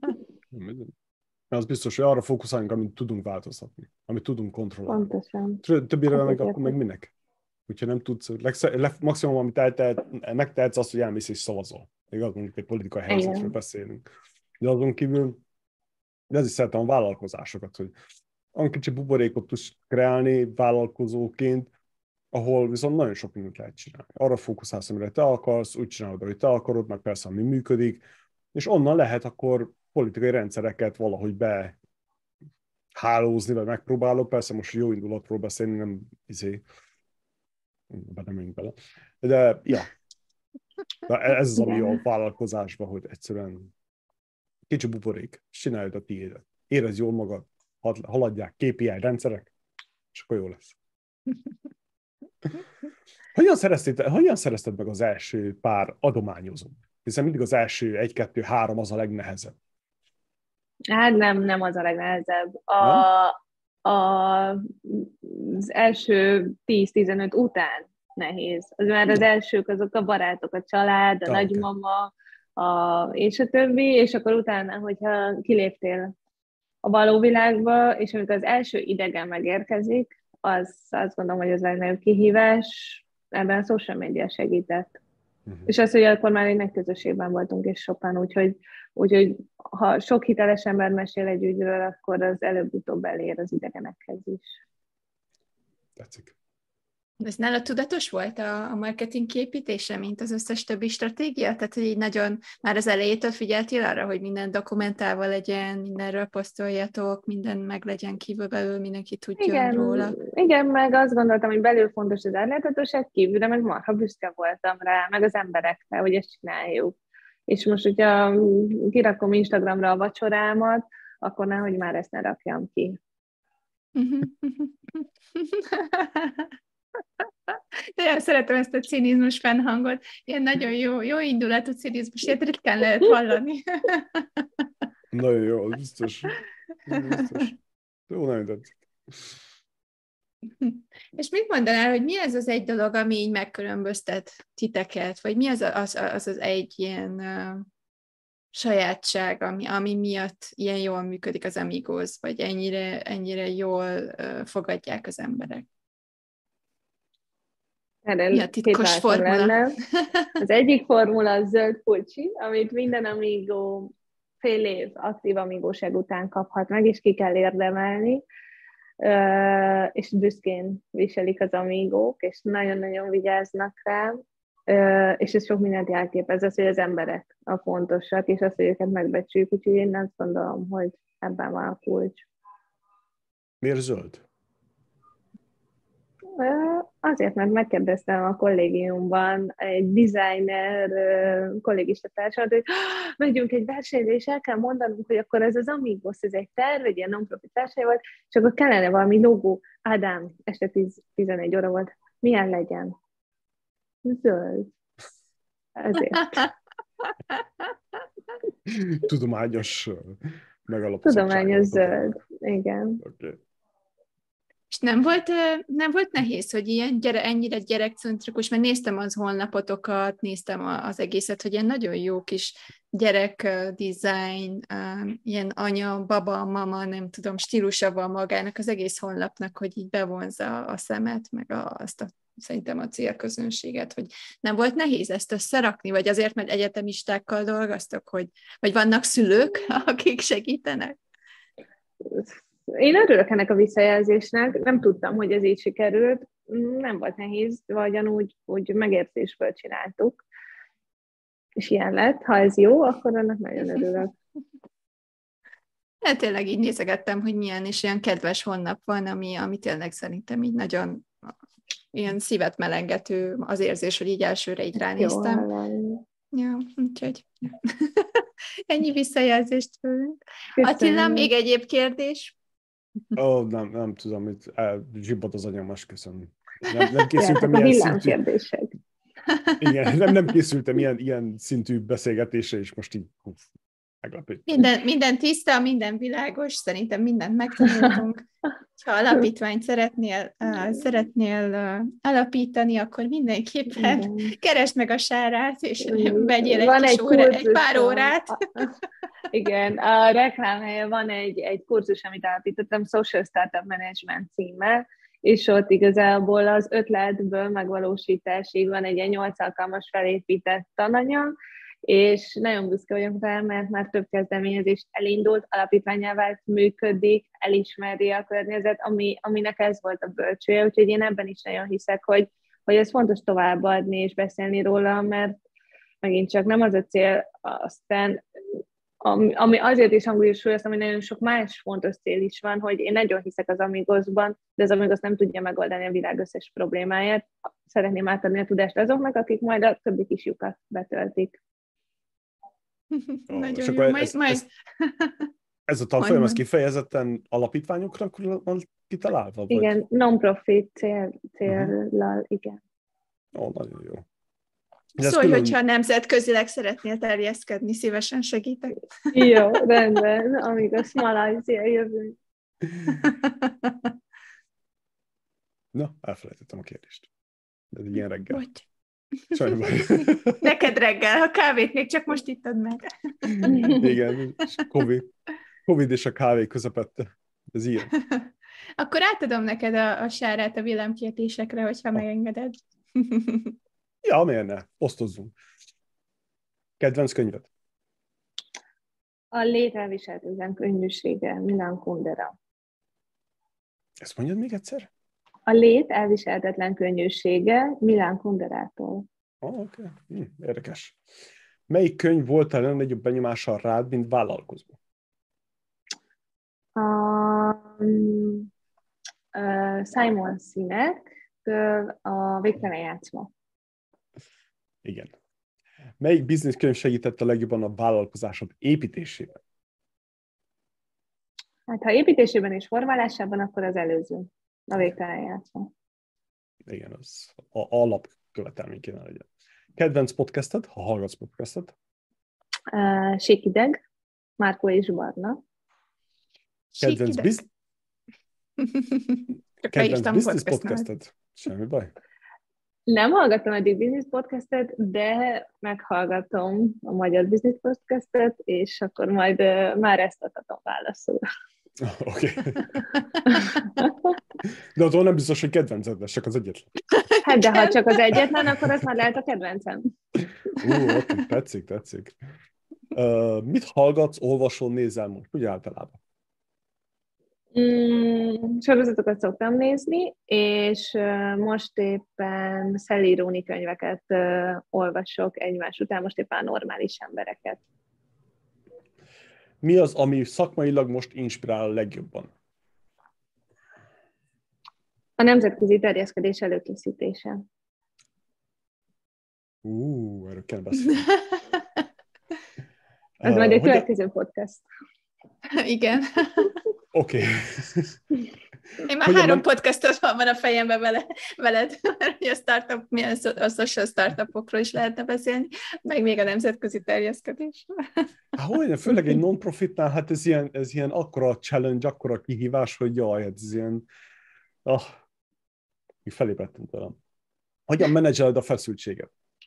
Az biztos, hogy arra fókuszáljunk, amit tudunk változtatni, amit tudunk kontrollálni. Pontosan. Többire meg akkor meg minek? Úgyhogy nem tudsz, maximum, amit megtehetsz azt, hogy elmész és szavazol. Igaz, mondjuk egy politikai helyzetről beszélünk. De azon kívül, de ez is szeretem a vállalkozásokat, hogy olyan kicsi buborékot tudsz kreálni vállalkozóként, ahol viszont nagyon sok mindent lehet csinálni. Arra fókuszálsz, amire te akarsz, úgy csinálod, ahogy te akarod, meg persze, ami működik, és onnan lehet akkor politikai rendszereket valahogy behálózni, vagy megpróbálok. Persze most jó indulatról beszélni, nem nem menjünk bele. De ja, ez az, ami a vállalkozásban, hogy egyszerűen kicsi buborék, csináljuk a tiédet. Érezd jól magad, haladják KPI rendszerek, és akkor jó lesz. Hogyan szerezted meg az első pár adományozót? Hiszen mindig az első 1, 2, 3 az a legnehezebb. Hát nem az a legnehezebb. Az első 10-15 után nehéz. Az már az elsők azok a barátok, a család, a nagymama, és a többi, és akkor utána, hogyha kiléptél a való világba, és amikor az első idegen megérkezik, azt gondolom, hogy az legnagyobb kihívás, ebben a social media segített. És az, hogy akkor már egy nagy közösségben voltunk, és sokan, úgyhogy ha sok hiteles ember mesél egy ügyről, akkor az előbb-utóbb elér az idegenekhez is. Tetszik. Ez nála tudatos volt a marketing kiépítése, mint az összes többi stratégia? Tehát, hogy így nagyon már az elejétől figyeltél arra, hogy minden dokumentálva legyen, mindenről posztoljatok, minden meg legyen kívülbelül, mindenki tudjon róla. Igen, meg azt gondoltam, hogy belül fontos az átláthatóság, kívülre meg marha büszke voltam rá, meg az emberekre, hogy ezt csináljuk. És most, hogyha kirakom Instagramra a vacsorámat, akkor nehogy már ezt ne rakjam ki. Nagyon szeretem ezt a cinizmus fennhangot. Ilyen nagyon jó indulatú cinizmus, ilyet ritkán lehet hallani. Nagyon jó, biztos. Jó, nem tetszik. És mit mondanál, hogy mi az az egy dolog, ami így megkülönböztet titeket, vagy mi az egy ilyen sajátság, ami miatt ilyen jól működik az Amigos, vagy ennyire jól fogadják az emberek? Mi a titkos formula? Lenne. Az egyik formula a zöld pulcsi, amit minden Amigo fél év aktív amigóság után kaphat meg, és ki kell érdemelni, és büszkén viselik az amigók, és nagyon-nagyon vigyáznak rá, és ez sok mindent jelképez, az, hogy az emberek a fontosak, és az, hogy őket megbecsüljük, úgyhogy én azt gondolom, hogy ebben van a kulcs. Miért zöld? Azért, mert megkérdeztem a kollégiumban egy designer kollégista társamat, hogy megyünk egy versenyre, és el kell mondanunk, hogy akkor ez az Amigos, ez egy terv, egy ilyen non-profit verseny volt, és akkor kellene valami logó. Ádám, este 11 óra volt. Milyen legyen? Zöld. Ezért. Tudományos megalapozott. Tudományos zöld, igen. Okay. És nem volt nehéz, hogy ennyire gyerekcentrikus, mert néztem az honlapotokat, néztem az egészet, hogy ilyen nagyon jó kis gyerek design, ilyen anya, baba, mama, nem tudom, stílusa van magának az egész honlapnak, hogy így bevonza a szemet, meg szerintem a célközönséget, hogy nem volt nehéz ezt összerakni, vagy azért, mert egyetemistákkal dolgoztok, vagy vannak szülők, akik segítenek? Én örülök ennek a visszajelzésnek, nem tudtam, hogy ez így sikerült, nem volt nehéz, vagyanúgy úgy megérzésből csináltuk, és ilyen lett. Ha ez jó, akkor annak nagyon örülök. Hát tényleg így nézegettem, hogy milyen és ilyen kedves honlap van, ami tényleg szerintem így nagyon ilyen szívet melengető az érzés, hogy így elsőre így ránéztem. Ja, úgyhogy ennyi visszajelzést tőlünk. Attila, még egyéb kérdés? Nem tudom, itt zsibbad az agyam, most köszönöm. Nem készültem ilyen szintű... Igen, nem készültem ilyen szintű beszélgetésre, és most így meglepő. Minden tiszta, minden világos, szerintem mindent megtanultunk. Ha alapítványt szeretnél alapítani, akkor mindenképpen keresd meg a Sárát, és vegyél egy pár órát. Igen, a reklámhelye van egy kurzus, amit alapítottam, Social Startup Management címmel, és ott igazából az ötletből megvalósításig van egy 8 alkalmas felépített tananyag, és nagyon büszke vagyok rá, mert már több kezdeményezés elindult, alapítvánnyá vált, működik, elismeri a környezet, aminek ez volt a bölcsője, úgyhogy én ebben is nagyon hiszek, hogy ez fontos továbbadni és beszélni róla, mert megint csak nem az a cél, aztán ami azért is hangsúlyos, ami nagyon sok más fontos cél is van, hogy én nagyon hiszek az Amigosban, de az Amigos nem tudja megoldani a világ összes problémáját. Szeretném átadni a tudást azoknak, akik majd a többi kis lyukat betöltik. Nagyon jó, ez a tanfolyam, ez kifejezetten alapítványokra van kitalálva? Vagy? Igen, non-profit céllal, igen. Nagyon jó. Szólj, hogyha nemzetközileg szeretnél terjeszkedni, szívesen segítek. Jó, rendben, Amigos Malajzia jövünk. Na, elfelejtettem a kérdést. De ez ilyen reggel. Bocs. Neked reggel, a kávét még csak most ittad meg. Igen, és Covid és a kávé közepette. Ez ilyen. Akkor átadom neked a Sárát a villámkiáltésekre, hogyha megengeded. Ja, miért ne? Osztozzunk. Kedvenc könyved? A Lét elviselhetetlen könnyűsége, Milan Kundera. Ezt mondjad még egyszer? A Lét elviselhetetlen könnyűsége, Milan Kunderától. Oké. Érdekes. Melyik könyv volt a legnagyobb benyomással rád, mint vállalkozó? Simon Sinek, a Végtelen játszma. Igen. Melyik bizniszkönyv segített a legjobban a vállalkozásod építésében? Hát, ha építésében és formálásában, akkor az előző. A Végtelen játszma. Igen, az alapkövetelmény kéne legyen. Kedvenc podcasted, ha hallgatsz podcastet? Sékideg, Márkó és Barna. Kedvenc Kedvenc business podcasted? Semmi baj. Nem hallgattam eddig business podcastet, de meghallgatom a Magyar Business Podcastet, és akkor majd már ezt adhatom válaszul. Oké. De attól nem biztos, hogy kedvenced lesz, csak az egyetlen. Hát de ha csak az egyetlen, akkor az már lehet a kedvencem. Oké, tetszik. Mit hallgatsz, olvasol, nézel most, ugye általában? Sorozatokat szoktam nézni, és most éppen Sally Rooney könyveket olvasok egymás után, most éppen a normális embereket. Mi az, ami szakmailag most inspirál a legjobban? A nemzetközi terjeszkedés előkészítése. Erről kell beszélni. Ez majd egy következő podcast. Igen. Oké. Én már 3 podcastot van a fejemben veled, hogy a startup, milyen a social startupokról is lehetne beszélni, meg még a nemzetközi terjeszkedésről. Hogyne, főleg egy non-profitnál, hát ez ilyen akkora challenge, akkora kihívás, hogy jaj, ez ilyen... Még felébredtem tőlem. Hogyan menedzseled a feszültséget?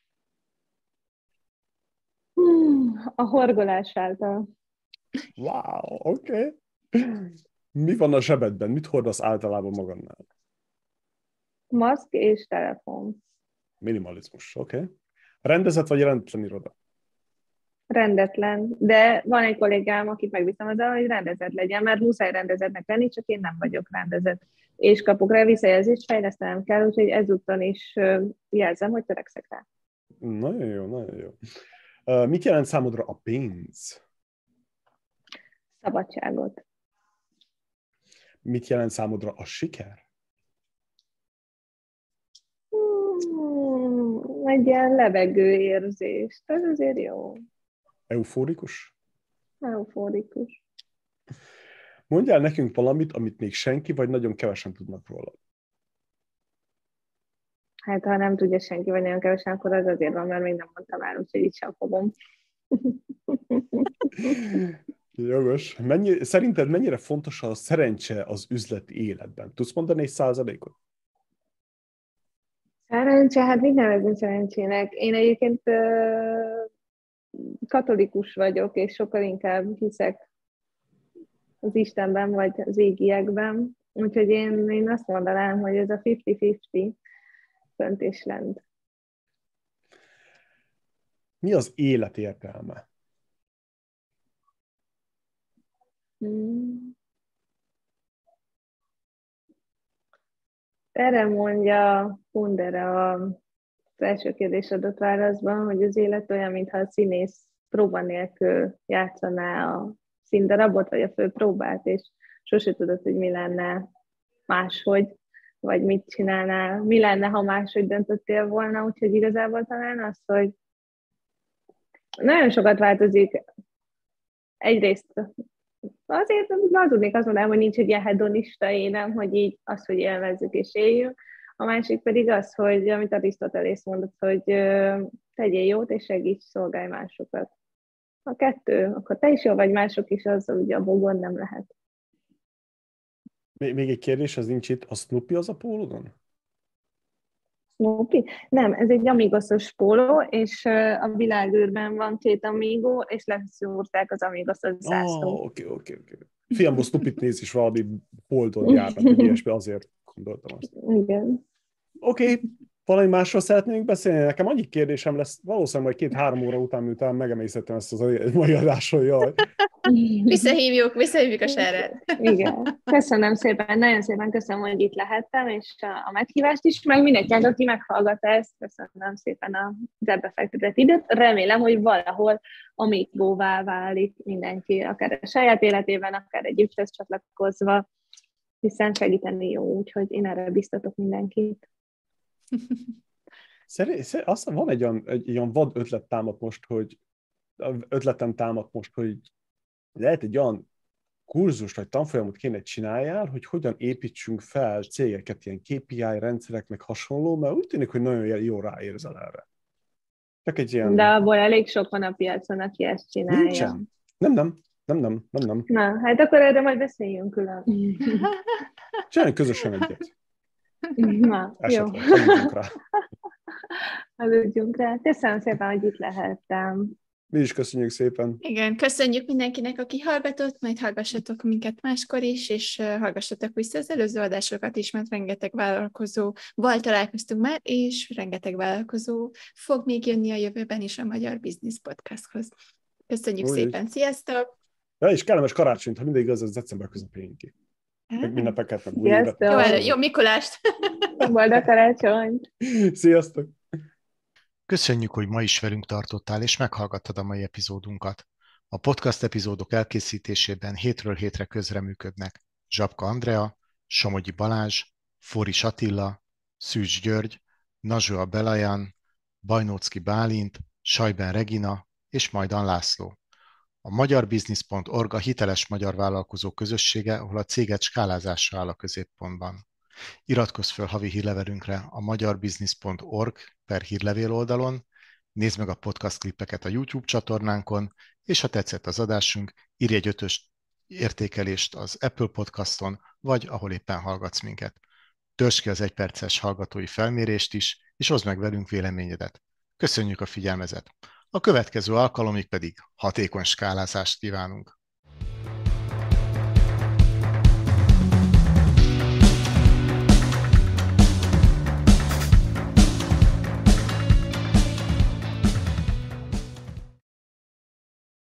A horgolás által. Wow, oké. Mi van a zsebedben? Mit hordasz általában magadnál? Maszk és telefon. Minimalizmus, oké. Rendezett vagy rendetlen iroda? Rendetlen, de van egy kollégám, akit megbíztam azzal, hogy rendezett legyen, mert muszáj rendezettnek lenni, csak én nem vagyok rendezett. És kapok rá visszajelzést, fejlesztenem kell, úgyhogy ezúttal is jelzem, hogy törekszek rá. Nagyon jó. Mit jelent számodra a pénz? Szabadságot. Mit jelent számodra a siker? Egy ilyen levegő érzés. Ez azért jó. Eufórikus? Eufórikus. Mondjál nekünk valamit, amit még senki, vagy nagyon kevesen tudnak róla. Hát, ha nem tudja senki, vagy nagyon kevesen, akkor az azért van, mert még nem mondtam el, úgyhogy így sem fogom. Jogos. Szerinted mennyire fontos a szerencse az üzleti életben? Tudsz mondani egy 1%-ot? Szerencse? Hát mit nevezünk szerencsének? Én egyébként katolikus vagyok, és sokkal inkább hiszek az Istenben, vagy az égiekben. Úgyhogy én azt mondanám, hogy ez a 50-50 fönt és lent. Mi az élet értelme? Erre mondja Kundera az első kérdés adott válaszban, hogy az élet olyan, mintha a színész próba nélkül játszaná a színdarabot, vagy a főpróbát, és sose tudod, hogy mi lenne máshogy, vagy mit csinálnál, mi lenne, ha máshogy döntöttél volna, úgyhogy igazából talán az, hogy nagyon sokat változik. Egyrészt azért hazudnék azt mondanám, hogy nincs egy ilyen hedonista énem, hogy így az, hogy élvezzük és éljünk. A másik pedig az, hogy amit Arisztotelész mondott, hogy tegyél jót és segíts, szolgálj másokat. A kettő, akkor te is jó vagy, mások is, az ugye abból gond nem lehet. Még egy kérdés, az nincs itt. A Snoopy az a pólódon? Snoopy? Nem, ez egy Amigos-os póló, és a világűrben van 2 Amigo, és leszúrták az Amigos-os zászlót. Oké. Fiamból Snoopyt néz is valami Holdon járnak, hogy ilyesmi, azért gondoltam azt. Igen. Oké, valami másról szeretnénk beszélni. Nekem annyi kérdésem lesz, valószínűleg majd 2-3 óra után, miután megemészettem ezt az mai adásról, jaj. Visszahívjuk a serret. Igen. Köszönöm szépen, nagyon szépen köszönöm, hogy itt lehettem, és a meghívást is, meg mindenkinek, aki meghallgatta ezt, köszönöm szépen az ebbe fektetett időt. Remélem, hogy valahol amigóvá válik mindenki, akár a saját életében, akár egy gyümölcshez csatlakozva, hiszen segíteni jó, úgyhogy én erre biztatok mindenkit. Aztán van egy olyan vad ötletem támad most, hogy lehet egy olyan kurzust vagy tanfolyamot kéne csináljál, hogy hogyan építsünk fel cégeket, ilyen KPI rendszerek, meg hasonló, mert úgy tűnik, hogy nagyon jól ráérzel erre. Csak egy ilyen... De abból elég sok van a piacon, aki ezt csinálja. Nincsen. Nem. Nem. Na, hát akkor erre majd beszéljünk külön. Csináljunk közösen egyet. Na, jó. Esetleg, aludjunk rá. Aludjunk rá. Köszönöm szépen, hogy itt lehettem. Mi is köszönjük szépen. Igen, köszönjük mindenkinek, aki hallgatott, majd hallgassatok minket máskor is, és hallgassatok vissza az előző adásokat is, mert rengeteg vállalkozóval találkoztunk már, és rengeteg vállalkozó fog még jönni a jövőben is a Magyar Business Podcasthoz. Köszönjük szépen, sziasztok! Ja, és kellemes karácsonyt, ha mindig igaz, ez december közepén ki. Meg ünnepeket, meg új évet. Jó Mikulást! Boldog karácsonyt! Sziasztok! Köszönjük, hogy ma is velünk tartottál, és meghallgattad a mai epizódunkat. A podcast epizódok elkészítésében hétről hétre közreműködnek Zsapka Andrea, Somogyi Balázs, Foris Attila, Szűcs György, Nazsua Belajan, Bajnóczki Bálint, Sajben Regina és Majdan László. A magyarbusiness.org a hiteles magyar vállalkozó közössége, ahol a céget skálázása áll a középpontban. Iratkozz fel havi hírlevelünkre a magyarbusiness.org/hírlevél oldalon, nézd meg a podcast klippeket a YouTube csatornánkon, és ha tetszett az adásunk, írj egy 5-ös értékelést az Apple Podcaston, vagy ahol éppen hallgatsz minket. Töltsd ki az 1 perces hallgatói felmérést is, és oszd meg velünk véleményedet. Köszönjük a figyelmezet! A következő alkalomig pedig hatékony skálázást kívánunk!